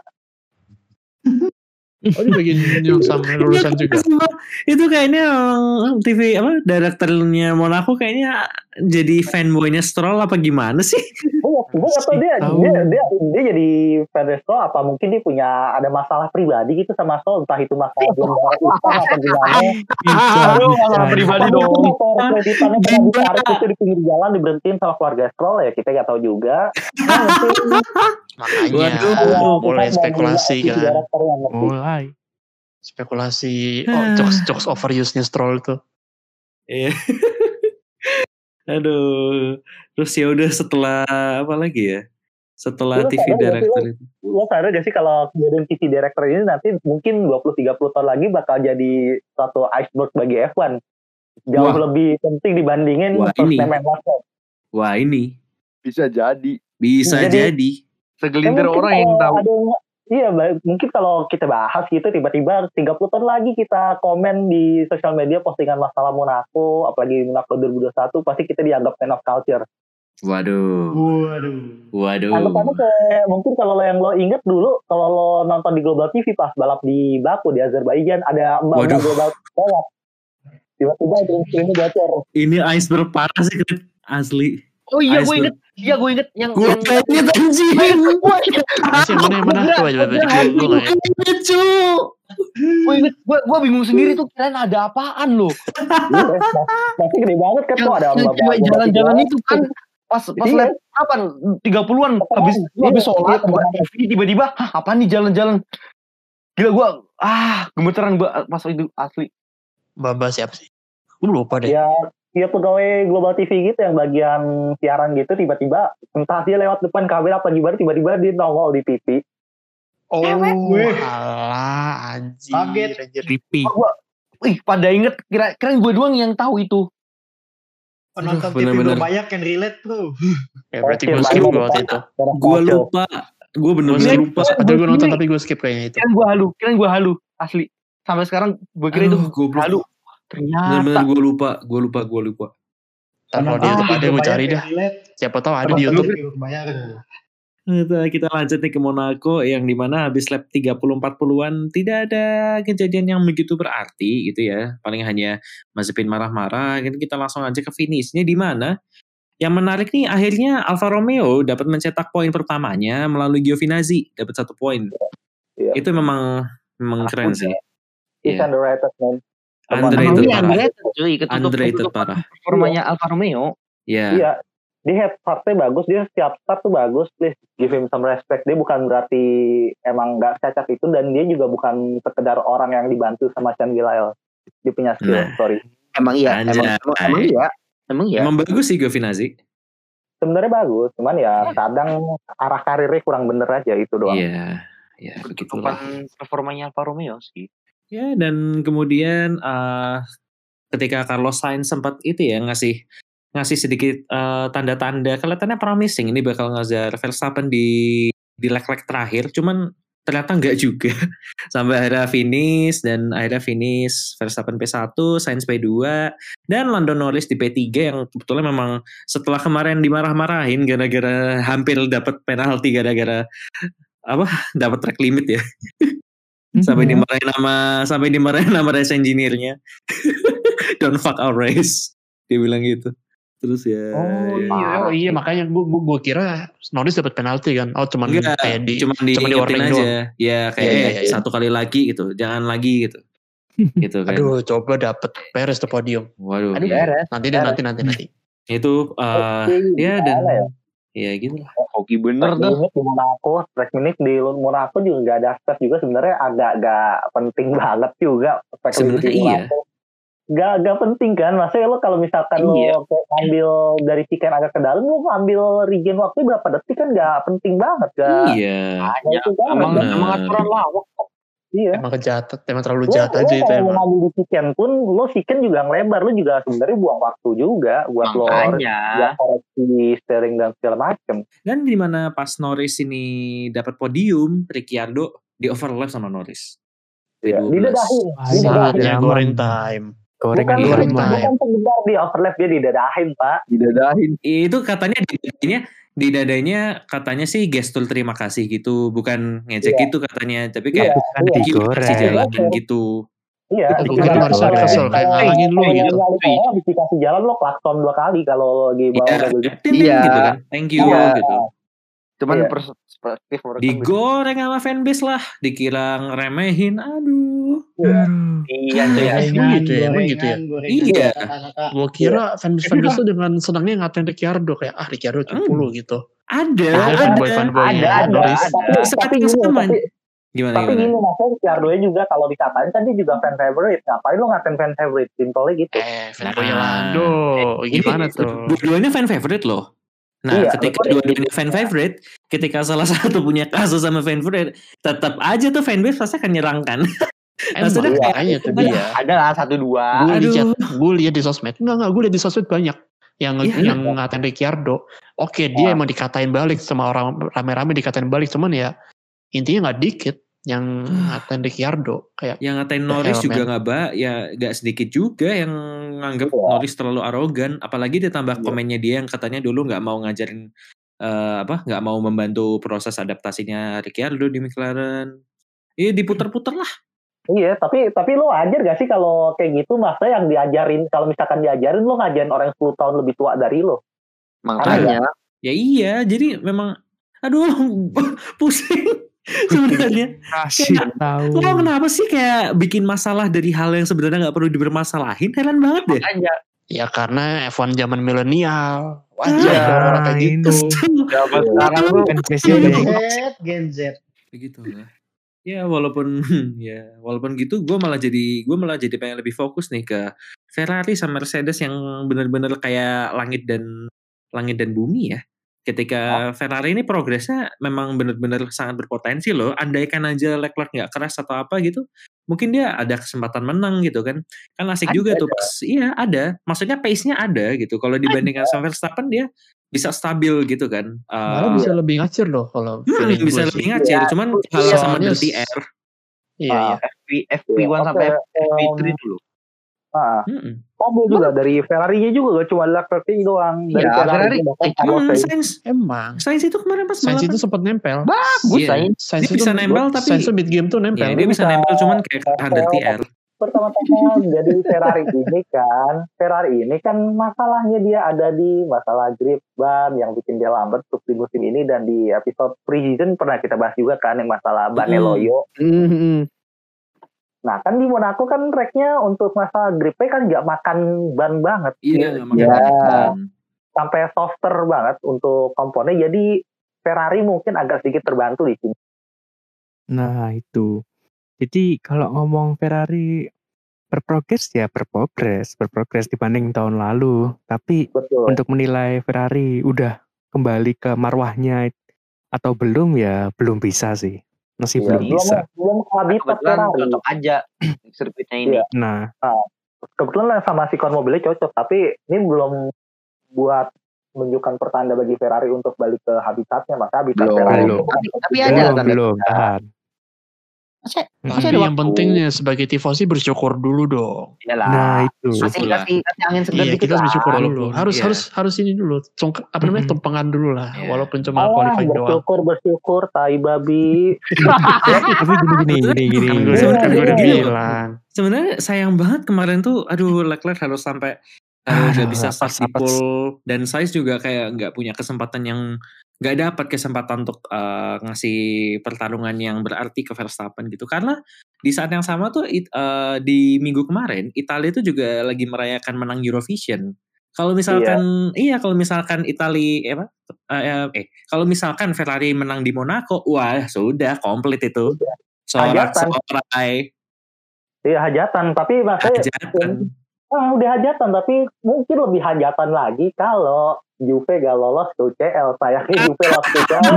Oh di bagian yang sama lulusan juga. Itu kayaknya TV direkturnya Monaco kayaknya jadi fanboynya Stroll apa gimana sih? Gue gak tau dia jadi fan Stroll apa mungkin dia punya ada masalah pribadi gitu sama Stroll, entah itu masalah apa gimana. Masalah pribadi dong. Kreditannya pernah ditarik itu di pinggir jalan diberhentiin sama keluarga Stroll ya kita gak tahu juga. Makanya mulai spekulasi kan. Mulai spekulasi jokes overuse-nya Stroll tuh. Iya. Aduh. Terus ya udah setelah apa lagi ya? Setelah TV director itu. Lo sadar gak sih kalau kejadian TV director ini nanti mungkin 20-30 tahun lagi bakal jadi suatu iceberg bagi F1. Jauh lebih penting dibandingin first name and last name. Wah ini. Bisa jadi. Segelintir orang yang tahu. Iya, mungkin kalau kita bahas gitu tiba-tiba 30 tahun lagi kita komen di sosial media postingan masalah Monaco, apalagi Monaco 2021 pasti kita dianggap fan of culture. Waduh. Anggapnya kayak mungkin kalau yang lo inget dulu kalau lo nonton di Global TV pas balap di Baku di Azerbaijan ada mbak-mbak global balap. Tiba-tiba screen-nya bocor. Ini iceberg parah sih asli. Oh iya gue inget yang gue inget anjing. Mana coba gue bingung sendiri tuh kirain ada apaan loh. Masih gede banget kan tuh ada jalan-jalan itu kan pas lap kapan 30-an habis sholat tiba-tiba apa nih jalan-jalan gila gue gemeteran gue pas itu asli. Baba siapa sih? Gue lupa deh. Ya pegawai Global TV gitu yang bagian siaran gitu tiba-tiba entah dia lewat depan kamera apa gimana tiba-tiba dia nongol di TV. Oh alah anjir. Kaget. Creepy. Pada inget kira-kira gue doang yang tahu itu. Penonton TV belum banyak yang relate bro. Ya berarti gue skip waktu itu. Gue lupa. Gue bener-bener lupa. Ada gue nonton tapi gue skip kayaknya itu. Kirain gue halu asli. Sampai sekarang gue kira itu halu. Ternyata benar-benar gue lupa. Kalau dia ada gue cari dah. Siapa tahu ada di YouTube. Kita lanjut nih ke Monaco yang dimana habis lap 30-40an tidak ada kejadian yang begitu berarti gitu ya. Paling hanya Mazepin marah-marah. Kita langsung aja ke finishnya di mana yang menarik nih akhirnya Alfa Romeo dapat mencetak poin pertamanya melalui Giovinazzi, dapat 1 poin. Iya. Itu memang keren sih. He's underrated, man. Underrated parah. Underrated parah. Performanya Alfa Romeo. Iya. Dia head start-nya bagus, dia setiap start tuh bagus, please give him some respect. Dia bukan berarti emang gak cacat itu, dan dia juga bukan sekedar orang yang dibantu sama Sean Gilliel. Dia punya skill, sorry. Emang iya. Emang bagus sih Giovinazzi. Sebenarnya bagus, cuman ya kadang arah karirnya kurang bener aja itu doang. Iya, begitulah. Performanya Alfa Romeo sih. Ya, dan kemudian ketika Carlos Sainz sempat itu ya ngasih sedikit tanda-tanda kelihatannya promising ini bakal ngejar Verstappen di leg terakhir, cuman ternyata enggak juga. Sampai akhirnya finish Verstappen P1, Sainz P2 dan Lando Norris di P3 yang sebetulnya memang setelah kemarin dimarah-marahin gara-gara hampir dapat penalti gara-gara dapat track limit ya. Sampai dimarahin sama race engineer-nya. Don't fuck our race. Dia bilang gitu. Terus ya. Iya makanya gue kira Norris dapat penalti kan. Cuman kayak cuma di warning aja. Ya kayak satu kali lagi gitu. Jangan lagi gitu. Gitu kan. Aduh, coba dapat Perez di podium. Waduh. Nanti. Itu ya dan ya gitu lah. Hoki bener tuh. Di Monaco, track minute di Monaco juga gak ada start juga, sebenarnya agak penting banget juga. Sebenarnya iya. Gak penting kan, maksudnya lo kalau misalkan lo ambil dari tiket agak ke dalam, lo ambil regen waktu berapa detik kan gak penting banget kan. Iya. Emang aturan lawak kok. Iya. Emang kejahat, emang terlalu jahat aja itu emang. Kalau ngambil di weekend pun, lo weekend juga ngelebar, lo juga sebenarnya buang waktu juga buat lo koreksi steering dan segala macem. Dan di mana pas Norris ini dapat podium, Ricciardo di overlap sama Norris. Iya. Didadahin. Saatnya goreng time. Bukan sekedar di overlap, dia didadahin, Pak. Itu katanya di dadanya katanya sih gestur terima kasih gitu, bukan ngejek gitu katanya, tapi kayak kasih jalan gitu. Iya. Gue kira harus kesel kayak ngalangin lu gitu. Habis dikasih jalan lo klakson 2 kali kalau lagi bawa mobil. Iya. Gitu kan. Thank you gitu. Cuman perspektif mereka digoreng sama fanbase lah, dikira ngeremehin, aduh. Emang gitu ya. Iya. Gue kira fanbase tuh dengan senangnya ngatain Ricciardo kayak Ricciardo 70 gitu. Ada. Tapi gini maksudnya Ricciardo-nya juga kalau dikatain kan dia juga fan favorite. Ngapain lo ngatain fan favorite? Simpelnya gitu. Fanboy Lando. Gimana tuh? Dua-duanya fan favorite loh. Nah, ketika dua-duanya fan favorite, ketika salah satu punya kasus sama fan favorite, tetap aja tuh fanbase pasti akan nyerang kan. Maksudnya kayaknya tuh dia. Ada lah 1-2. Gue lihat di sosmed. Enggak, gue lihat di sosmed banyak yang ngatain Ricciardo. Oke, dia emang dikatain balik sama orang rame-rame dikatain balik, cuman ya intinya nggak dikit yang ngatain Ricciardo kayak yang ngatain Norris juga nggak sedikit juga yang nganggap Norris terlalu arogan, apalagi ditambah komennya dia yang katanya dulu nggak mau ngajarin nggak mau membantu proses adaptasinya Ricciardo di McLaren. Diputer-puter lah. Iya, tapi lo wajar gak sih kalau kayak gitu, masa yang diajarin, kalau misalkan diajarin lo ngajarin orang 10 tahun lebih tua dari lo. Makanya. Ya iya, jadi memang pusing. Sebenarnya lo kenapa sih kayak bikin masalah dari hal yang sebenarnya nggak perlu dibermasalahin, heran banget deh. Makanya. Ya karena F1 zaman milenial wajar orang kayak gitu. Sekarang lu Gen Z begitu lah. Ya walaupun gitu gue malah jadi pengen lebih fokus nih ke Ferrari sama Mercedes yang benar-benar kayak langit dan bumi ya. Ketika Ferrari ini progresnya memang benar-benar sangat berpotensi loh. Andaikan aja Leclerc nggak keras atau apa gitu, mungkin dia ada kesempatan menang gitu kan. Kan asik juga tuh pas. Iya ada. Maksudnya pace-nya ada gitu. Kalau dibandingkan sama Verstappen dia bisa stabil gitu kan. Malah bisa lebih ngacir loh kalau bisa lebih ngacir. Cuman kalau sama dirty air. Iya. FP1 sampai FP3 dulu. Mobil juga dari Ferrari-nya juga gak cuma Leclerc doang. Dari Ferrari. Sainz itu kemarin pas Sainz itu sempat nempel. Bagus Sainz dia bisa nempel tapi Sainz itu mid game tuh nempel. Dia bisa nempel cuman kayak Hunter TR. Pertama-tama jadi Ferrari ini kan masalahnya dia ada di masalah grip ban yang bikin dia lambat untuk di musim ini, dan di episode pre-season pernah kita bahas juga kan yang masalah bannya loyo. Nah kan di Monaco kan tracknya untuk masalah gripnya kan nggak makan ban banget. Iya, nggak makan ban. Sampai softer banget untuk komponnya, jadi Ferrari mungkin agak sedikit terbantu di sini. Nah itu. Jadi kalau ngomong Ferrari berprogres dibanding tahun lalu. Tapi untuk menilai Ferrari udah kembali ke marwahnya atau belum ya belum bisa sih. Masih belum bisa. Belum habitat Ferrari. Cocok aja sirkuitnya ini. Nah, kebetulan sama sikon mobilnya cocok, tapi ini belum buat menunjukkan pertanda bagi Ferrari untuk balik ke habitatnya, maka habitat Ferrari. Tapi ada kan? Belum. Tapi yang pentingnya sebagai tifosi bersyukur dulu dong. Iyalah. Nah itu. Kasih angin segar dikit. Kita harus bersyukur dulu. Harus ini dulu. Tumpengan dulu lah. Walaupun cuma qualifying doang. Bersyukur, tai babi. Tapi gini. Kan gue udah bilang. Sebenarnya sayang banget kemarin tuh. Aduh, Leclerc harus sampai nggak bisa start di pole, dan Sainz juga kayak nggak punya kesempatan nggak dapat kesempatan untuk ngasih pertarungan yang berarti ke Verstappen gitu, karena di saat yang sama tuh di minggu kemarin Italia itu juga lagi merayakan menang Eurovision. Kalau misalkan kalau misalkan Ferrari menang di Monaco, wah sudah komplit itu. Sorak-sorai. Iya hajatan, tapi udah hajatan, tapi mungkin lebih hajatan lagi kalau Juve gak lolos ke UCL. Sayangnya Juve lolos ke UCL.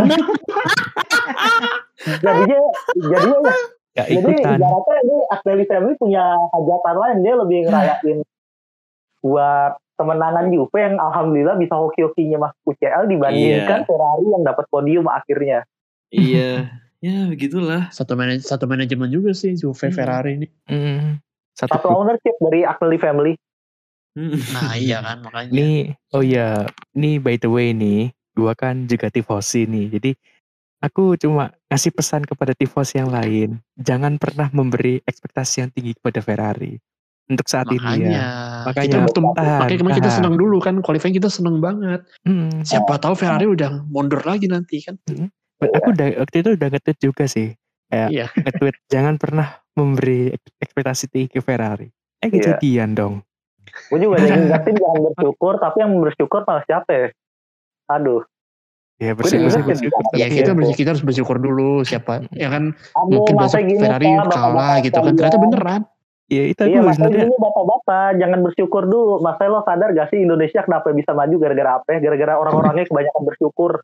Jadi ibaratnya ini Agnelli Family punya hajatan lain, dia lebih ngerayain buat kemenangan Juve yang alhamdulillah bisa hoki-hokinya masuk UCL dibandingkan Ferrari yang dapat podium akhirnya. Iya, ya begitulah. Satu manajemen juga sih Juve Ferrari ini. Satu ownership dari Agnelli Family. Nah iya kan makanya. Nih by the way nih, gua kan juga tifosi nih. Jadi aku cuma kasih pesan kepada tifosi yang lain, jangan pernah memberi ekspektasi yang tinggi kepada Ferrari untuk saat ini ya. Makanya kemarin kita senang dulu kan, qualifying kita senang banget. Siapa tahu Ferrari udah mundur lagi nanti kan. Aku waktu itu udah nge-tweet juga sih. Nge-tweet jangan pernah memberi ekspektasi tinggi ke Ferrari. Kejadian dong. Gue juga ngingetin jangan bersyukur, tapi yang bersyukur malah siapa ya? Aduh. Ya bersyukur. Ya kita harus bersyukur dulu siapa. Ya kan mungkin besok Ferrari kalah gitu kan. Ternyata beneran. Ya itu iya, makanya ini bapak-bapak jangan bersyukur dulu. Mas lo sadar gak sih Indonesia kenapa bisa maju gara-gara apa? Gara-gara orang-orangnya kebanyakan bersyukur.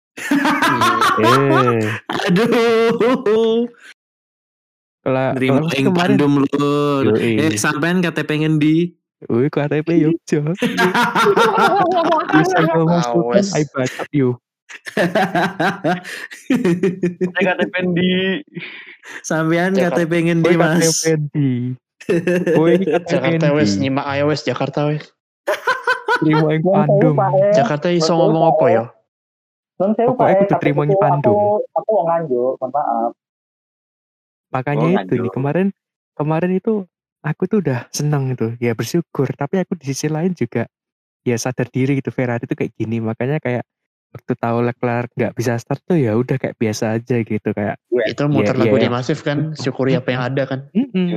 Aduh. Terima kasih pandum lur. Sampean KTP ngendi? Wih, KTP Yogyo. Bisa ngomong sultan, I baca yuk. KTP di. Sampean KTP ngendi mas? KTP di. Jakarta wes, nyimak iOS Jakarta wes. Terima yang pandum. Jakarta iso ngomong apa ya? Pokoknya aku diterima yang pandum. Aku mau nganjuk, maaf. Makanya itu nih kemarin itu aku tuh udah seneng itu, ya bersyukur. Tapi aku di sisi lain juga ya sadar diri gitu, Ferrari itu kayak gini. Makanya kayak waktu tahu Leclerc nggak bisa start tuh ya udah kayak biasa aja gitu, kayak itu muter lagu di Masif kan, syukuri apa yang ada kan.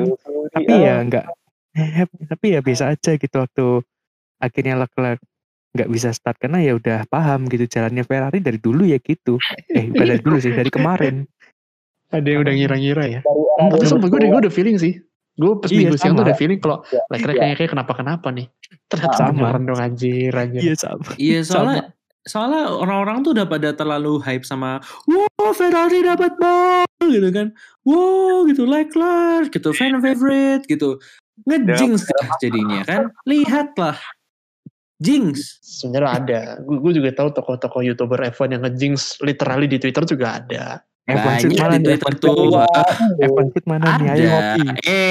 Tapi ya biasa aja gitu waktu akhirnya Leclerc nggak bisa start, karena ya udah paham gitu jalannya Ferrari dari dulu ya gitu. Bukan dari dulu sih, dari kemarin. Ada yang udah ngira-ngira ya. Tapi sumpah gue udah feeling sih. Gue pas minggu siang tuh udah feeling kalau Leclerc kayak kenapa nih. Ternyata beneran dong anjir. Iya sama. Iya soalnya orang-orang tuh udah pada terlalu hype sama wow Ferrari dapat ball gitu kan. Wow gitu Leclerc gitu fan favorite gitu. Ngejinx jadinya kan. Lihatlah. Jinx. Sebenarnya ada. Gue juga tahu tokoh-tokoh YouTuber F1 yang ngejinx literally di Twitter juga ada. F1 Speed Banyak mana di nih? Twitter F1 Speed tuh. nih. F1 Speed mana nih? Ayo Ada. ngopi.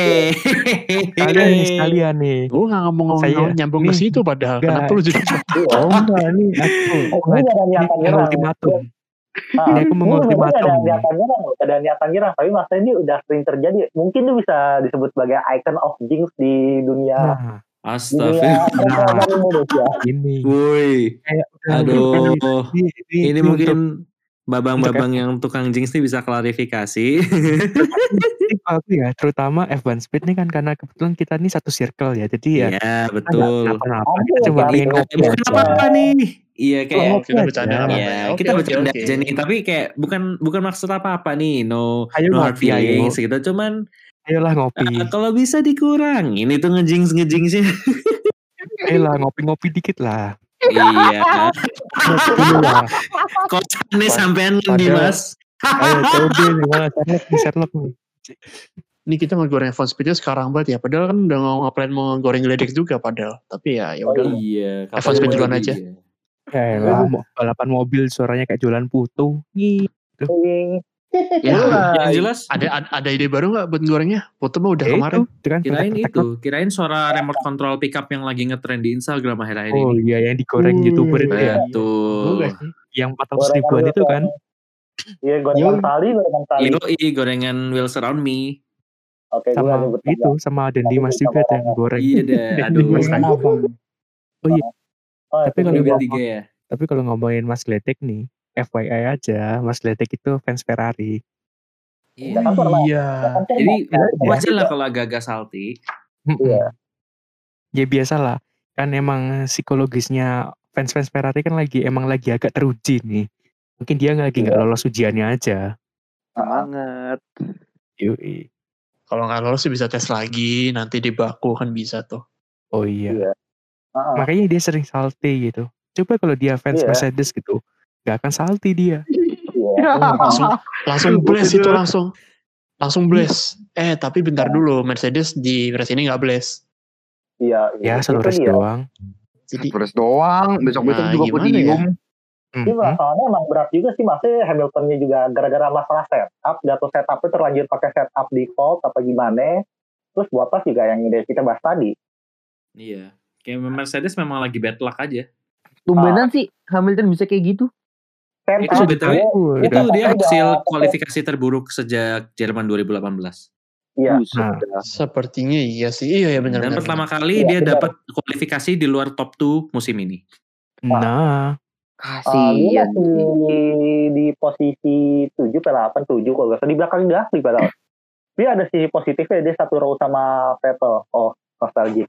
Sekalian nih. Gue nggak ngomong nyambung ke situ padahal. Kenapa lu jadi? Oh enggak nih, aku Ini gak ada niatan nyerang. ultimatum. Nah, Ini aku mengultimatum. Gak ada niatan nyerang, gak ada niatan nyerang. Tapi masalah ini udah sering terjadi. Mungkin itu bisa disebut sebagai icon of jinx di dunia. Nah, Astagfirullah. Indonesia. ini. Woi. Kayak Aduh. Ini mungkin untuk babang-babang yang tukang jinx nih bisa klarifikasi. aku ya, terutama F1 Speed nih kan karena kebetulan kita nih satu circle ya. Jadi ya Iya, betul. kenapa kita cuma pengen ngopi Bukan aja. apa-apa nih. Iya kayak Kita bercanda apa Iya, kita bercanda aja nih. Tapi kayak bukan maksud apa-apa nih. No hard feelings gitu. Cuman ayolah ngopi. Kalau bisa dikurangin itu ngejinx-ngejinxnya. Ayolah ngopi-ngopi dikit lah. Iya. Kok nih sampean di Mas? Ayo coba nih mana Sherlock nih. Ini kita ngegoreng F1 Speednya sekarang banget ya. Padahal kan udah ngapain mau goreng geledek juga padahal. Tapi ya udah. Iya. F1 Speed duluan aja. Ya lah, balapan mobil suaranya kayak jualan putu. Gitu. Ya, yang jelas ada ide baru nggak buat gorengnya? Putu mah udah kemarin. Kirain suara remote control pickup yang lagi ngetrend di Instagram akhir-akhir ini. Oh iya, yang digoreng YouTuber itu ya. Betul. Yang 400 ribuan itu kan. Iya, gorengan tali. Gorengan Wheels Around Me. Oke, sama itu sama Dendi Mas juga yang goreng. Iya deh, aduh. Oh iya. Tapi kalau ngomongin Mas Gledek nih, FYI aja, Mas Gledek itu fans Ferrari. Iya. Jadi wajar lah kalau agak-agak salty. Iya. Ya biasalah. Kan emang psikologisnya fans Ferrari kan emang lagi agak teruji nih. Mungkin dia lagi nggak lolos ujiannya aja. Semangat. Yui. Kalau nggak lolos sih bisa tes lagi. Nanti di Baku kan bisa tuh. Oh iya. Makanya dia sering salty gitu. Coba kalau dia fans Mercedes gitu. Gak akan salty dia. Langsung blast itu langsung blast. Tapi bentar dulu, Mercedes di race ini nggak blast. Iya. Ya satu race doang. Jadi race doang. Besok-besok juga podium. Ini masalahnya emang berat juga sih, maksudnya Hamiltonnya juga gara-gara masalah setup, jatuh setupnya terlanjur pakai setup default apa gimana. Terus Bottas juga yang kita bahas tadi. Iya. Kayak Mercedes memang lagi bad luck aja. Tumbenan sih Hamilton bisa kayak gitu. Itu dia hasil kualifikasi terburuk sejak Jerman 2018. Iya. Sepertinya iya sih. Iya benar. Dan pertama kali dia dapat kualifikasi di luar top 2 musim ini. Nah, dia di posisi 7 8 7 kalau nggak salah, di belakang Gasly padahal. Dia ada sisi positifnya, dia satu row sama Vettel. Oh, nostalgia.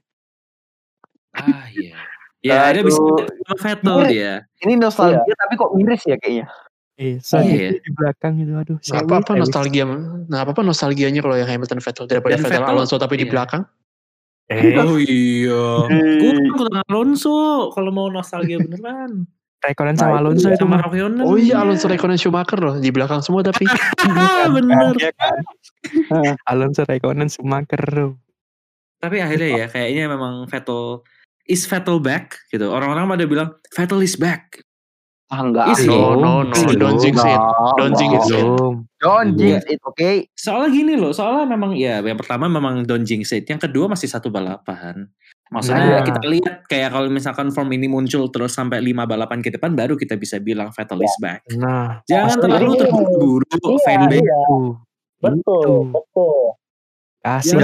Iya. Ya, dia bisa Vettel dia. Ini nostalgia tapi kok miris ya kayaknya. Di belakang itu aduh. Apa nostalgia? Nah, apa nostalgianya kalau yang Hamilton Vettel daripada Vettel Alonso tapi di belakang? Oh iya. Gue Alonso kalau mau nostalgia beneran. Raikkonen sama Alonso itu sama Raikkonen. Oh iya, Alonso Raikkonen Schumacher loh di belakang semua tapi. Bener. Alonso Raikkonen Schumacher. Tapi akhirnya ya kayaknya memang Vettel back gitu. Orang-orang pada bilang Vettel is back. Enggak. No. Don't jinx it. Don't jinx it, okay? Soalnya gini loh, memang ya yang pertama memang don't jinx it. Yang kedua masih satu balapan. Maksudnya kita lihat kayak kalau misalkan form ini muncul terus sampai 5 balapan ke depan baru kita bisa bilang Vettel is back. Nah, jangan terlalu terburu fanbase. Betul. Kasih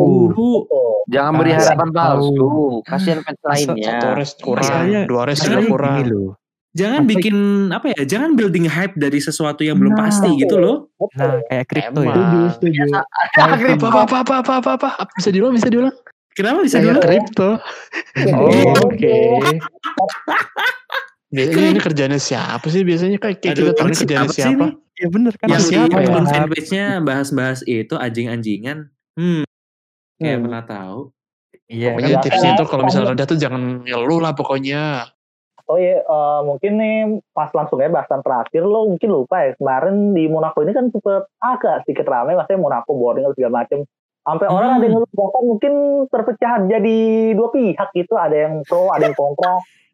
jangan beri harapan palsu. Kasihan fans lainnya. 1 race kurang, 2 race juga kurang. Jangan bikin Jangan building hype dari sesuatu yang belum pasti gitu loh. Nah, kayak kripto ya. Setuju. Apa? Bisa diulang? Kenapa bisa diulang? Kripto. Oke. Biasanya ini kerjanya siapa sih? Biasanya kayak kita tahu ini kerjanya siapa? Ya bener kan. Yang siapa ya? Fanpage-nya bahas-bahas itu anjing-anjingan. Kayak pernah tahu. Iya. Pokoknya tipsnya tuh kalau misalnya ada tuh jangan ngeluh lah pokoknya. Oh iya, mungkin nih pas langsung ya bahasan terakhir lo mungkin lupa ya kemarin di Monaco ini kan sempet agak sedikit ramai, maksudnya Monaco boring atau segala macam. Sampai orang ada yang ngeluh bahkan mungkin perpecahan jadi 2 pihak gitu, ada yang pro, ada yang kontra.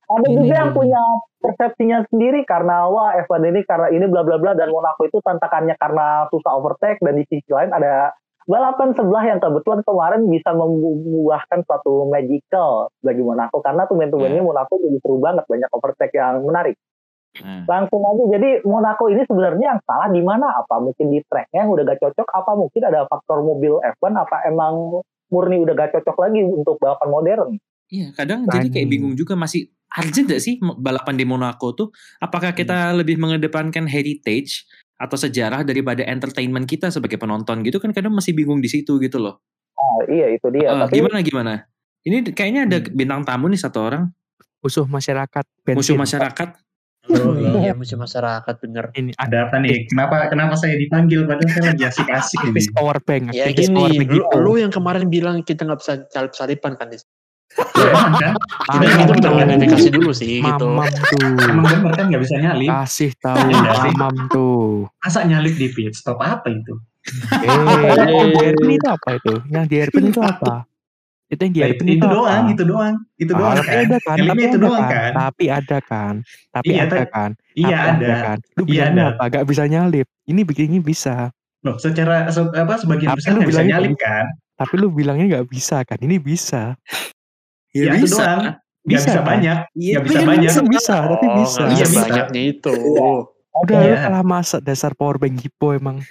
Ada juga yang punya persepsinya sendiri karena wah F1 ini karena ini bla bla bla dan Monaco itu tantangannya karena susah overtake, dan di sisi lain ada balapan sebelah yang kebetulan kemarin bisa membuahkan suatu magical bagi Monaco karena tumben-tubennya Monaco jadi seru banget, banyak overtake yang menarik. Langsung aja, jadi Monaco ini sebenarnya yang salah di mana? Apa mungkin di tracknya yang udah gak cocok? Apa mungkin ada faktor mobil F1? Apa emang murni udah gak cocok lagi untuk balapan modern? Iya, kadang jadi kayak bingung juga, masih urgent gak sih balapan di Monaco tuh? Apakah kita lebih mengedepankan heritage atau sejarah daripada entertainment kita sebagai penonton gitu kan? Kadang masih bingung di situ gitu loh. Oh iya itu dia. Tapi gimana? Ini kayaknya ada bintang tamu nih satu orang. Musuh masyarakat. Musuh masyarakat. Iya, musuh masyarakat bener. Ini ada apa nih? Kenapa saya dipanggil padahal saya lagi asik-asik ini? Aktivis powerbank. Ya gini, lu yang kemarin bilang kita nggak bisa salip-salipan kan? Kan? Kita udah klarifikasi dulu sih gitu. Mamam tuh. Emang bener kan nggak bisa nyalip? Kasih tahu mamam tuh. Masa nyalip di pit stop apa itu? Yang di Airpin itu apa itu? Yang di Airpin itu apa? Itu yang di Airpin itu doang, apa? itu doang kan. Ada kan? Nyalipnya itu doang kan. Tapi ada kan? Iya ada. Kan? Lu bilangnya apa? Gak bisa nyalip. Ini bikinnya bisa. Loh, secara sebagian besar nggak bisa nyalip kan? Tapi lu bilangnya nggak bisa kan? Ini bisa. Ya itu doang. Nggak bisa banyak. Nggak bisa banyak. Bisa, tapi bisa. Iya banyaknya itu. Udah lu kalah masa dasar powerbank hipo emang.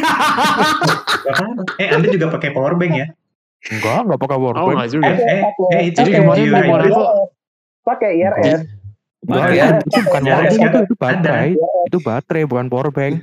Anda juga pakai powerbank ya? Enggak pakai powerbank. Oh, enggak juga. Itu jadi kemarin di Monaco pakai IRS. Itu bukan IRS powerbank, kan? itu baterai. Itu baterai bukan powerbank.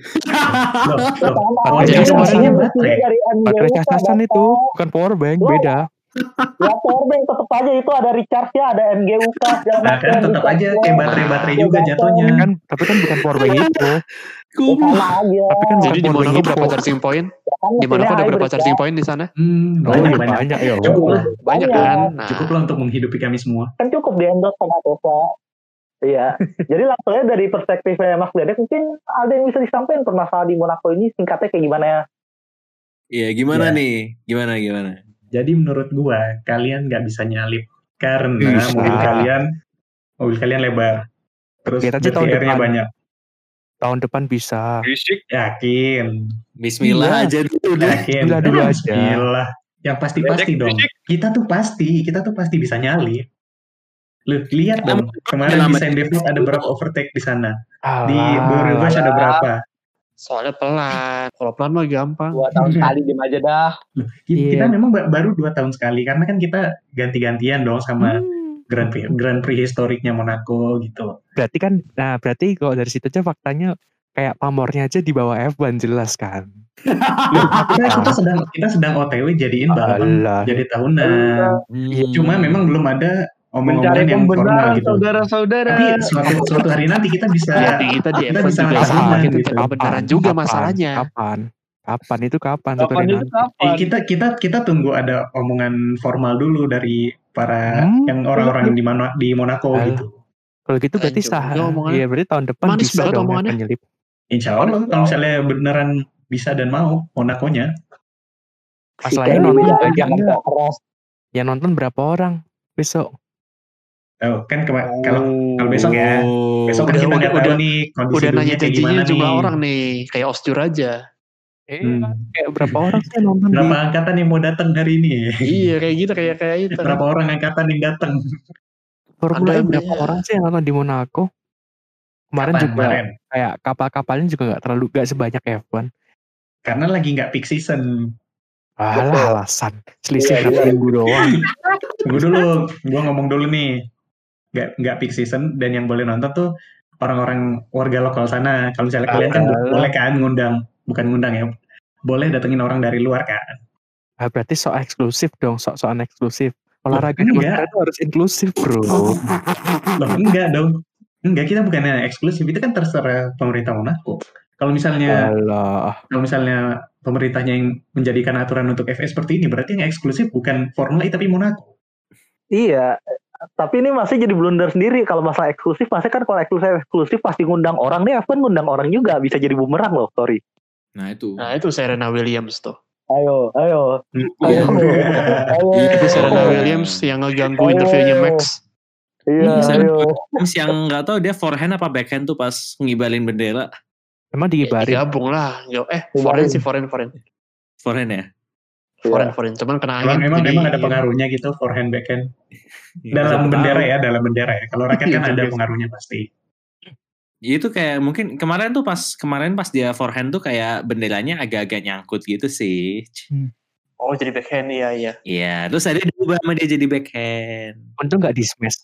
Jadi kemarin Baterai cacasan itu bukan powerbank, beda. Ya powerbank tetap aja itu ada recharge-nya, ada MGUK segala Nah kan tetap aja kayak baterai juga jatuhnya. Kan tapi kan bukan powerbank itu. Sama aja. Tapi kan jadi di Monaco berapa charging point? Di Monaco ada berapa charging point di sana? Banyak ya. Cukup lah. Banyak kan? Cukup lah untuk menghidupi kami semua. Kan cukup di-endorse sama Tesla. Iya. Jadi langsungnya dari perspektifnya Mas Dedek, mungkin ada yang bisa disampaikan permasalahan di Monaco ini singkatnya kayak gimana ya? Iya, gimana nih? Gimana? Jadi menurut gua kalian nggak bisa nyalip karena mobil kalian lebar. Terus BTR-nya banyak. Tahun depan bisa. Yakin. Bismillah aja dulu. Yakin. Dulu aja. Bismillah. Yang pasti dong. Kita tuh pasti bisa nyalip. Lu lihat dong. Kemarin di Sandefjord ada berapa overtake di sana. Di Boregas ada berapa. Soalnya pelan. Kalau pelan mah gampang. 2 tahun sekali diem aja dah. Kita memang baru 2 tahun sekali karena kan kita ganti-gantian dong sama Grand Prix historiknya Monaco gitu. Berarti kalau dari situ aja faktanya kayak pamornya aja di bawah F1 jelas kan. kita sedang OTW jadiin balapan jadi tahunan. Cuma memang belum ada omongan yang formal gitu. Saudara-saudara. Tapi suatu hari nanti kita bisa kita di kita F1 bisa juga sama ngerasain gitu. Beneran juga masalahnya. Kapan itu kapan? Kita tunggu ada omongan formal dulu dari para yang orang-orang di Monaco gitu. Kalau gitu berarti sah. Iya berarti tahun depan manis bisa dong omongannya. nyelip. Insya Allah kalau misalnya beneran bisa dan mau Monaco-nya. Masalahnya nonton banyak enggak? Ya nonton berapa orang besok? Oh kan kalau besok ya. Besok kan kita nggak tahu nih kondisi udah nanya kayak gimana nih. Jumlah orang nih kayak Osjur aja. Kayak berapa orang sih nonton? Berapa angkatan yang mau datang hari ini? Iya kayak gitu kayak itu. Berapa orang angkatan yang datang? Formula E berapa orang sih yang nonton di Monaco? Kemarin kayak kapal-kapalnya juga gak sebanyak F1. Karena lagi nggak peak season. Alasan selisih 4 minggu doang. Tunggu dulu, gue ngomong dulu nih. Nggak peak season dan yang boleh nonton tuh orang-orang warga lokal sana. Kalau misalnya kalian kan boleh kan bukan ngundang ya. Boleh datengin orang dari luar kan. Berarti eksklusif dong, soal eksklusif. Olahraga itu harus inklusif, bro. Loh, enggak dong. Enggak, kita bukannya eksklusif. Itu kan terserah pemerintah Monaco. Kalau misalnya pemerintahnya yang menjadikan aturan untuk FS seperti ini, berarti yang eksklusif bukan Formula E tapi Monaco. Iya. Tapi ini masih jadi blunder sendiri kalau masalah eksklusif. Masih kan kalau eksklusif pasti ngundang orang nih, F1 ngundang orang juga bisa jadi bumerang loh, sorry. Nah itu Serena Williams tuh. Ayo. Itu Serena Williams yang ngeganggu interviewnya Max. Iya, ayo. Williams yang nggak tahu dia forehand apa backhand tuh pas ngibarin bendera. Emang digibarin. Gabung lah. Foreign sih, foreign. Forehand ya. Foreign. Cuman kena angin. Emang ada pengaruhnya gitu forehand backhand. Dalam bendera ya. Kalau raket kan ada pengaruhnya pasti. Itu kayak mungkin kemarin pas dia forehand tuh kayak benderanya agak-agak nyangkut gitu sih. Oh jadi backhand, iya. Iya, terus ada diubah sama dia jadi backhand. Untung nggak di smash.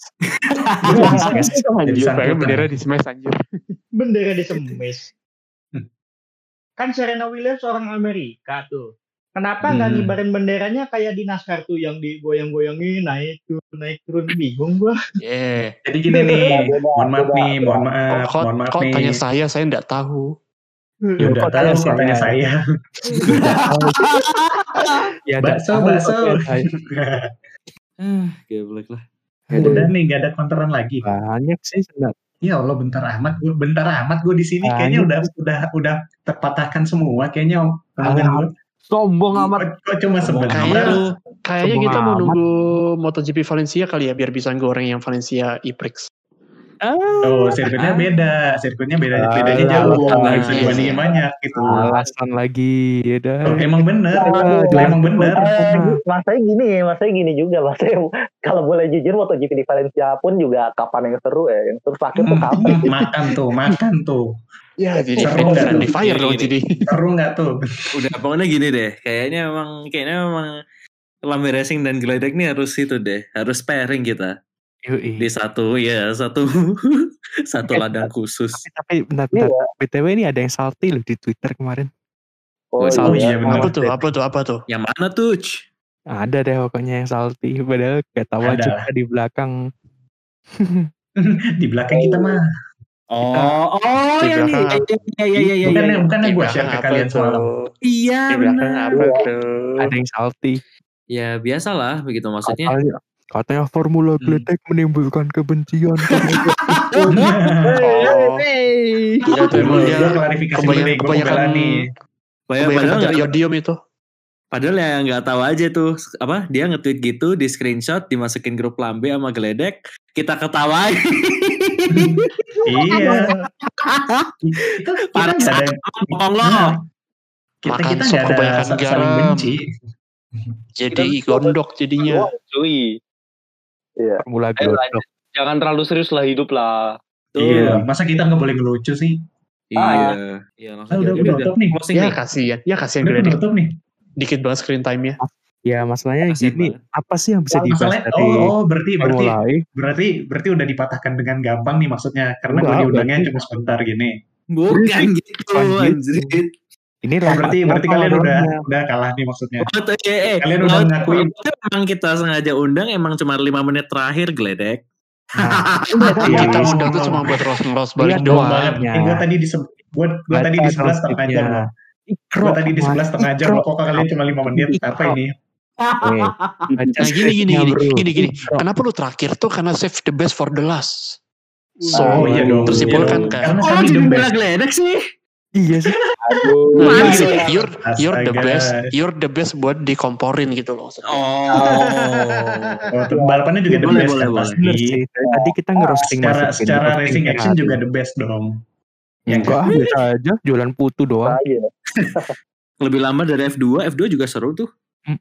Bendera di smash anjir. Bendera di smash. Kan Serena Williams orang Amerika tuh. Kenapa nggak ngibarin benderanya kayak di NASCAR tuh yang digoyang-goyangin naik turun bingung gua. Jadi gini nih, mohon maaf Kok nih. tanya saya nggak tahu. Ya udah tahu kok tanya saya. Ya bakso. Geblek lah. Udah nih nggak ada counteran lagi. Banyak sih sebenarnya. Ya Allah bentar amat gue di sini kayaknya udah terpatahkan semua kayaknya omongan gue. Sombong amat. Kok cuma sebentar. Kayaknya kita mau nunggu MotoGP Valencia kali ya biar bisa goreng yang Valencia E-Prix. Sirkuitnya beda. Bedanya jauh. Bisa dibandingin banyak gitu. Alasan lagi, ya dah. Emang bener. Masanya gini juga. Masanya kalau boleh jujur MotoGP di Valencia pun juga kapan yang seru ya. Yang seru sakit tuh kapan. Makan tuh. Ya jadi seru friendly fire dong jadi. Seru nggak tuh? Udah pokoknya gini deh. Kayaknya memang Lambe Racing dan Gledek nih harus itu deh. Harus pairing kita. Yui. Di satu ladang khusus. Tapi bentar. BTW ini ada yang salty loh di Twitter kemarin. Iya benar. Apa tuh? Yang mana tuh? Ada deh pokoknya yang salty. Padahal gak tahu aja di belakang. Di belakang kita mah. Yang iya. Bukan gue share ke kalian semalam. Iya benar. Ada yang salty. Ya biasalah begitu maksudnya. Katanya formula Gledek menimbulkan kebencian. Klarifikasi kebanyakan nih. Kebanyakan dari iodium itu. Padahal ya nggak tahu aja tuh apa dia nge-tweet gitu di screenshot dimasukin grup Lambe sama Gledek kita ketawain. Iya. Kita nggak ada saling benci. Jadi gondok jadinya. Cuy. Iya. Formula Gledek. Jangan terlalu serius lah hidup lah. Iya. Masa kita nggak boleh ngelucu sih? Iya. Udah tutup nih. Ya kasihan Gledek. Tutup nih. Dikit banget screen time-nya. Ya masalahnya gini, apa sih yang bisa dibahas dari berarti udah dipatahkan dengan gampang nih maksudnya karena gue diundangnya cuma sebentar gini. Bukan gitu anjir. Ini berarti kalian udah kalah nih maksudnya. Kalian udah ngakuin. Emang kita sengaja undang emang cuma 5 menit terakhir Gledek. Kita undang tuh cuma buat roast balik doang. Gue tadi di 11 setengah jam loh. Gue tadi di 11 setengah jam loh. Kok kalian cuma 5 menit? Apa ini? Nah gini. Kenapa lu terakhir tuh karena save the best for the last. So iya dong. Terus simpulkan kan. Oh jadi bela Gledek sih. Iya sih. You're the best buat dikomporin gitu loh. Balapannya juga the best kan pasti. Tadi kita ngerosting secara racing action juga the best dong. Enggak, bisa aja jualan putu doang. Lebih lama dari F2 juga seru tuh.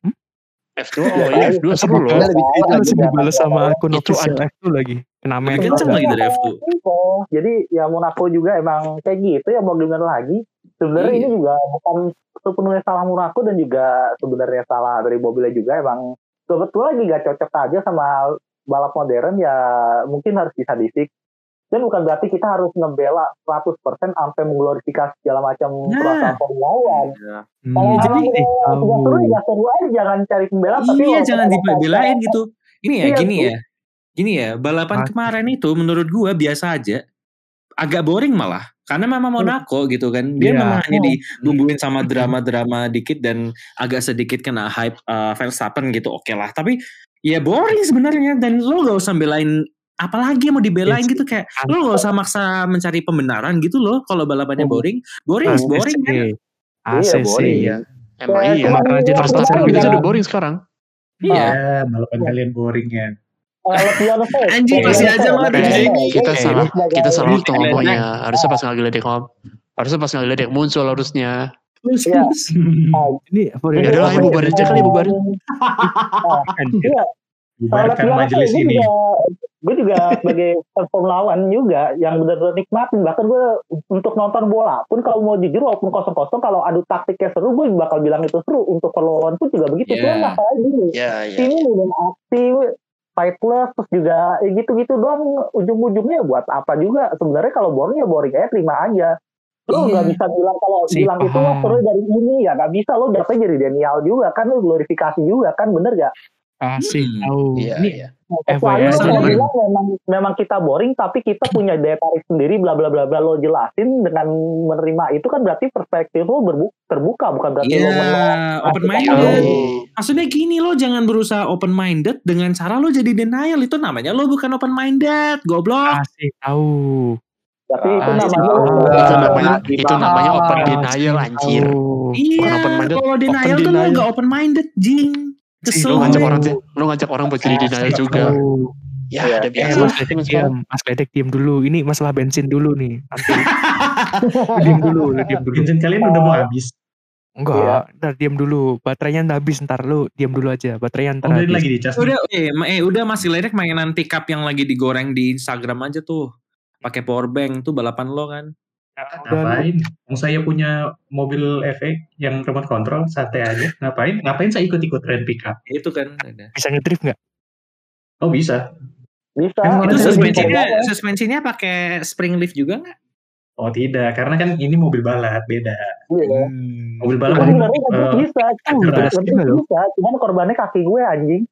F2 seru loh. Itu masih dibalas sama akun official F2 lagi. Kenapa kenceng lagi dari F2. Jadi ya Monaco juga emang kayak gitu ya, mau gimana lagi. Sebenarnya ini juga bukan sepenuhnya salah Monaco dan juga sebenarnya salah dari mobilnya juga. Emang kebetulan lagi gak cocok aja sama balap modern ya, mungkin harus bisa disik. Dan bukan berarti kita harus ngebela 100% sampai mengglorifikasi segala macam perasaan Formula One. Kalau jadi seru ya seru aja, jangan cari pembela. Iya, jangan dibelain gitu. Gini ya, balapan kemarin itu menurut gua biasa aja. Agak boring malah. Karena memang Monaco gitu kan. Dia memang hanya dibumbuin sama drama-drama dikit dan agak sedikit kena hype Verstappen gitu. Oke lah. Tapi ya boring sebenarnya. Dan lo gak usah belain, apalagi mau dibelain gitu, kayak lo gak usah maksa mencari pembenaran gitu loh. Kalau balapannya boring kan. ACC ya. Emang iya. Verstappen udah boring sekarang. Iya, balapan kalian boring ya. Lepiano saya. Anjing, masih aja lo ada di sini. Kita salah waktu ngomongnya. Harusnya pas ngeledek muncul harusnya. Iya. Ini apa Ya udah lah, bubarin aja kali, bubarin. Iya. Bubarkan majelis ini. Gue juga sebagai Formula 1 juga yang benar-benar nikmatin. Bahkan gue untuk nonton bola pun kalau mau jujur walaupun 0-0 kalau adu taktiknya seru gue bakal bilang itu seru. Untuk Formula 1 pun juga begitu. Cuma nggak kayak gini. Ini dan aksi fightless terus juga gitu-gitu doang, ujung-ujungnya buat apa juga sebenarnya. Kalau boring ya boring aja, terima aja. Lo nggak bisa bilang kalau bilang itu lo seru dari ini ya, nggak bisa. Lo dapetnya jadi Daniel juga kan, lo glorifikasi juga kan, bener gak? Asik tahu. Iya. Kecuali lo kalau bilang memang kita boring tapi kita punya daya tarik sendiri bla bla bla bla, lo jelasin dengan menerima itu kan berarti perspektif lo terbuka, bukan berarti lo open minded. Maksudnya gini, lo jangan berusaha open minded dengan cara lo jadi denial. Itu namanya lo bukan open minded, goblok. Asik tahu. Tapi itu namanya open denial, anjir. Iya, kalau denial tuh lo gak open minded, jing. Kesel. Lo ngajak orang buat jadi denial juga. Ya, udah biasa. Mas Ledek diam dulu. Ini masalah bensin dulu nih. Diam dulu. Bensin kalian udah mau habis? Enggak, ntar diam dulu. Baterainya ntar habis, ntar lu diam dulu aja. Baterainya ntar habis. Lagi dicas. Udah Mas Ledek mainan pick-up yang lagi digoreng di Instagram aja tuh. Pakai power bank tuh balapan lo kan. Ngapain? Saya punya mobil efek yang remote control, santai aja. Ngapain saya ikut-ikut rent pickup? Itu kan. Bisa ngedrift nggak? Oh bisa. Itu suspensinya pakai spring lift juga nggak? Oh tidak, karena kan ini mobil balap beda. Iya. Mobil balap bisa. Cuman korbannya kaki gue anjing.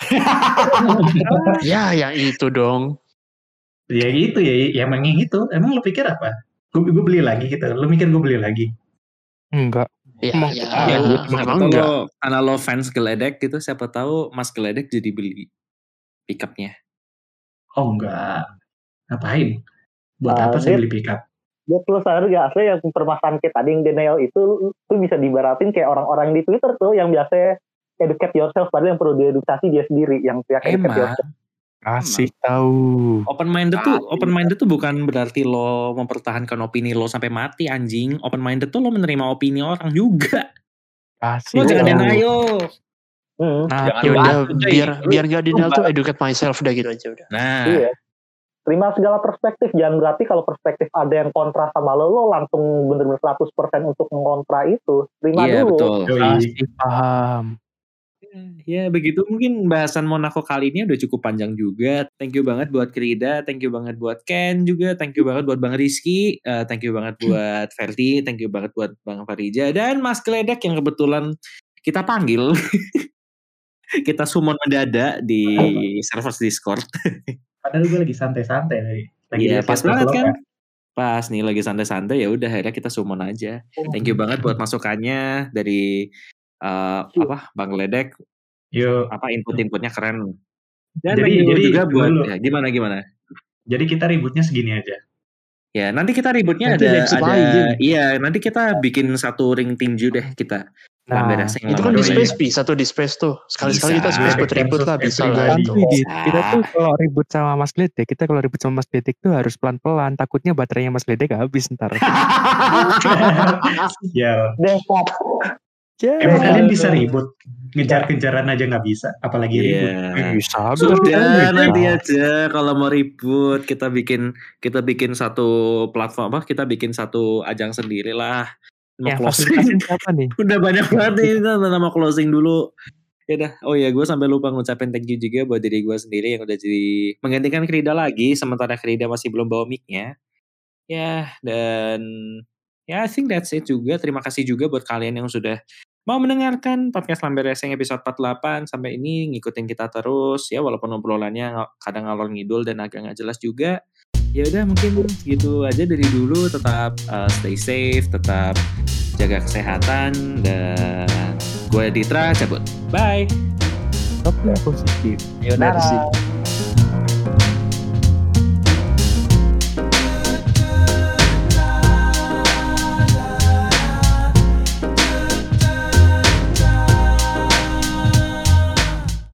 Ya yang itu dong. Ya gitu ya emang yang itu. Emang lo pikir apa? Gue beli lagi gitu. Lo mikir gue beli lagi? Enggak. Emang enggak. Karena lo fans Geledek gitu, siapa tahu Mas Geledek jadi beli pickupnya. Oh enggak. Ngapain? Buat apa saya beli pickup? Buat lo sadar gak sih yang permasalahan kayak tadi yang denial itu tuh bisa dibaratin kayak orang-orang di Twitter tuh yang biasa educate yourself, padahal yang perlu diedukasi dia sendiri yang pihak educate yourself. Asik tahu. Open minded tuh bukan berarti lo mempertahankan opini lo sampai mati, anjing. Open minded tuh lo menerima opini orang juga. Asik. Lo jangan denial. Nah, yaudah biar gak denial tuh educate myself dah gitu aja udah. Nah. Iya. Terima segala perspektif, jangan berarti kalau perspektif ada yang kontra sama lo langsung bener-bener 100% untuk mengontra itu. Terima dulu. Iya betul. Pasti paham. Ya begitu, mungkin bahasan Monaco kali ini udah cukup panjang juga. Thank you banget buat Krida, thank you banget buat Ken juga, thank you banget buat Bang Rizky, thank you banget buat Ferdi, thank you banget buat Bang Farija dan Mas Geledek yang kebetulan kita panggil. Kita summon mendadak di server Discord. Padahal gue lagi santai-santai nih. Iya, pas banget kan? Pas nih lagi santai-santai, ya udah akhirnya kita summon aja. Thank you banget buat masukannya dari Bang Ledek. Input-inputnya keren. Dan jadi juga buat ya, gimana? Jadi kita ributnya segini aja. Ya, nanti kita ributnya nanti nanti kita bikin satu ring tinju deh kita. Nah, itu kan di space tuh. Sekali-sekali kita space buat ribut lah bisa lah itu. Kita tuh kalau ribut sama Mas Ledek, tuh harus pelan-pelan. Takutnya baterainya Mas Ledek habis ntar. Ya. Emang kalian bisa ribut? Ngejar-kejaran aja nggak bisa, apalagi ribut. Bisa. Sudah nanti aja kalau mau ribut kita bikin satu platform kita bikin satu ajang sendiri lah. Mau closing siapa nih? Udah banyak banget nih, nama closing dulu. Ya dah. Oh ya, gue sampai lupa ngucapin thank you juga buat diri gue sendiri yang udah jadi menggantikan Krida lagi, sementara Krida masih belum bawa mic-nya. Ya, dan ya I think that's it juga. Terima kasih juga buat kalian yang sudah mau mendengarkan podcast Lambe Racing episode 48 sampai ini, ngikutin kita terus ya, walaupun obrolannya kadang ngalor ngidul dan agak nggak jelas juga. Ya udah, mungkin gitu aja dari dulu. Tetap stay safe, tetap jaga kesehatan, dan gue Ditra cabut. Bye. Top positif. Yaudah.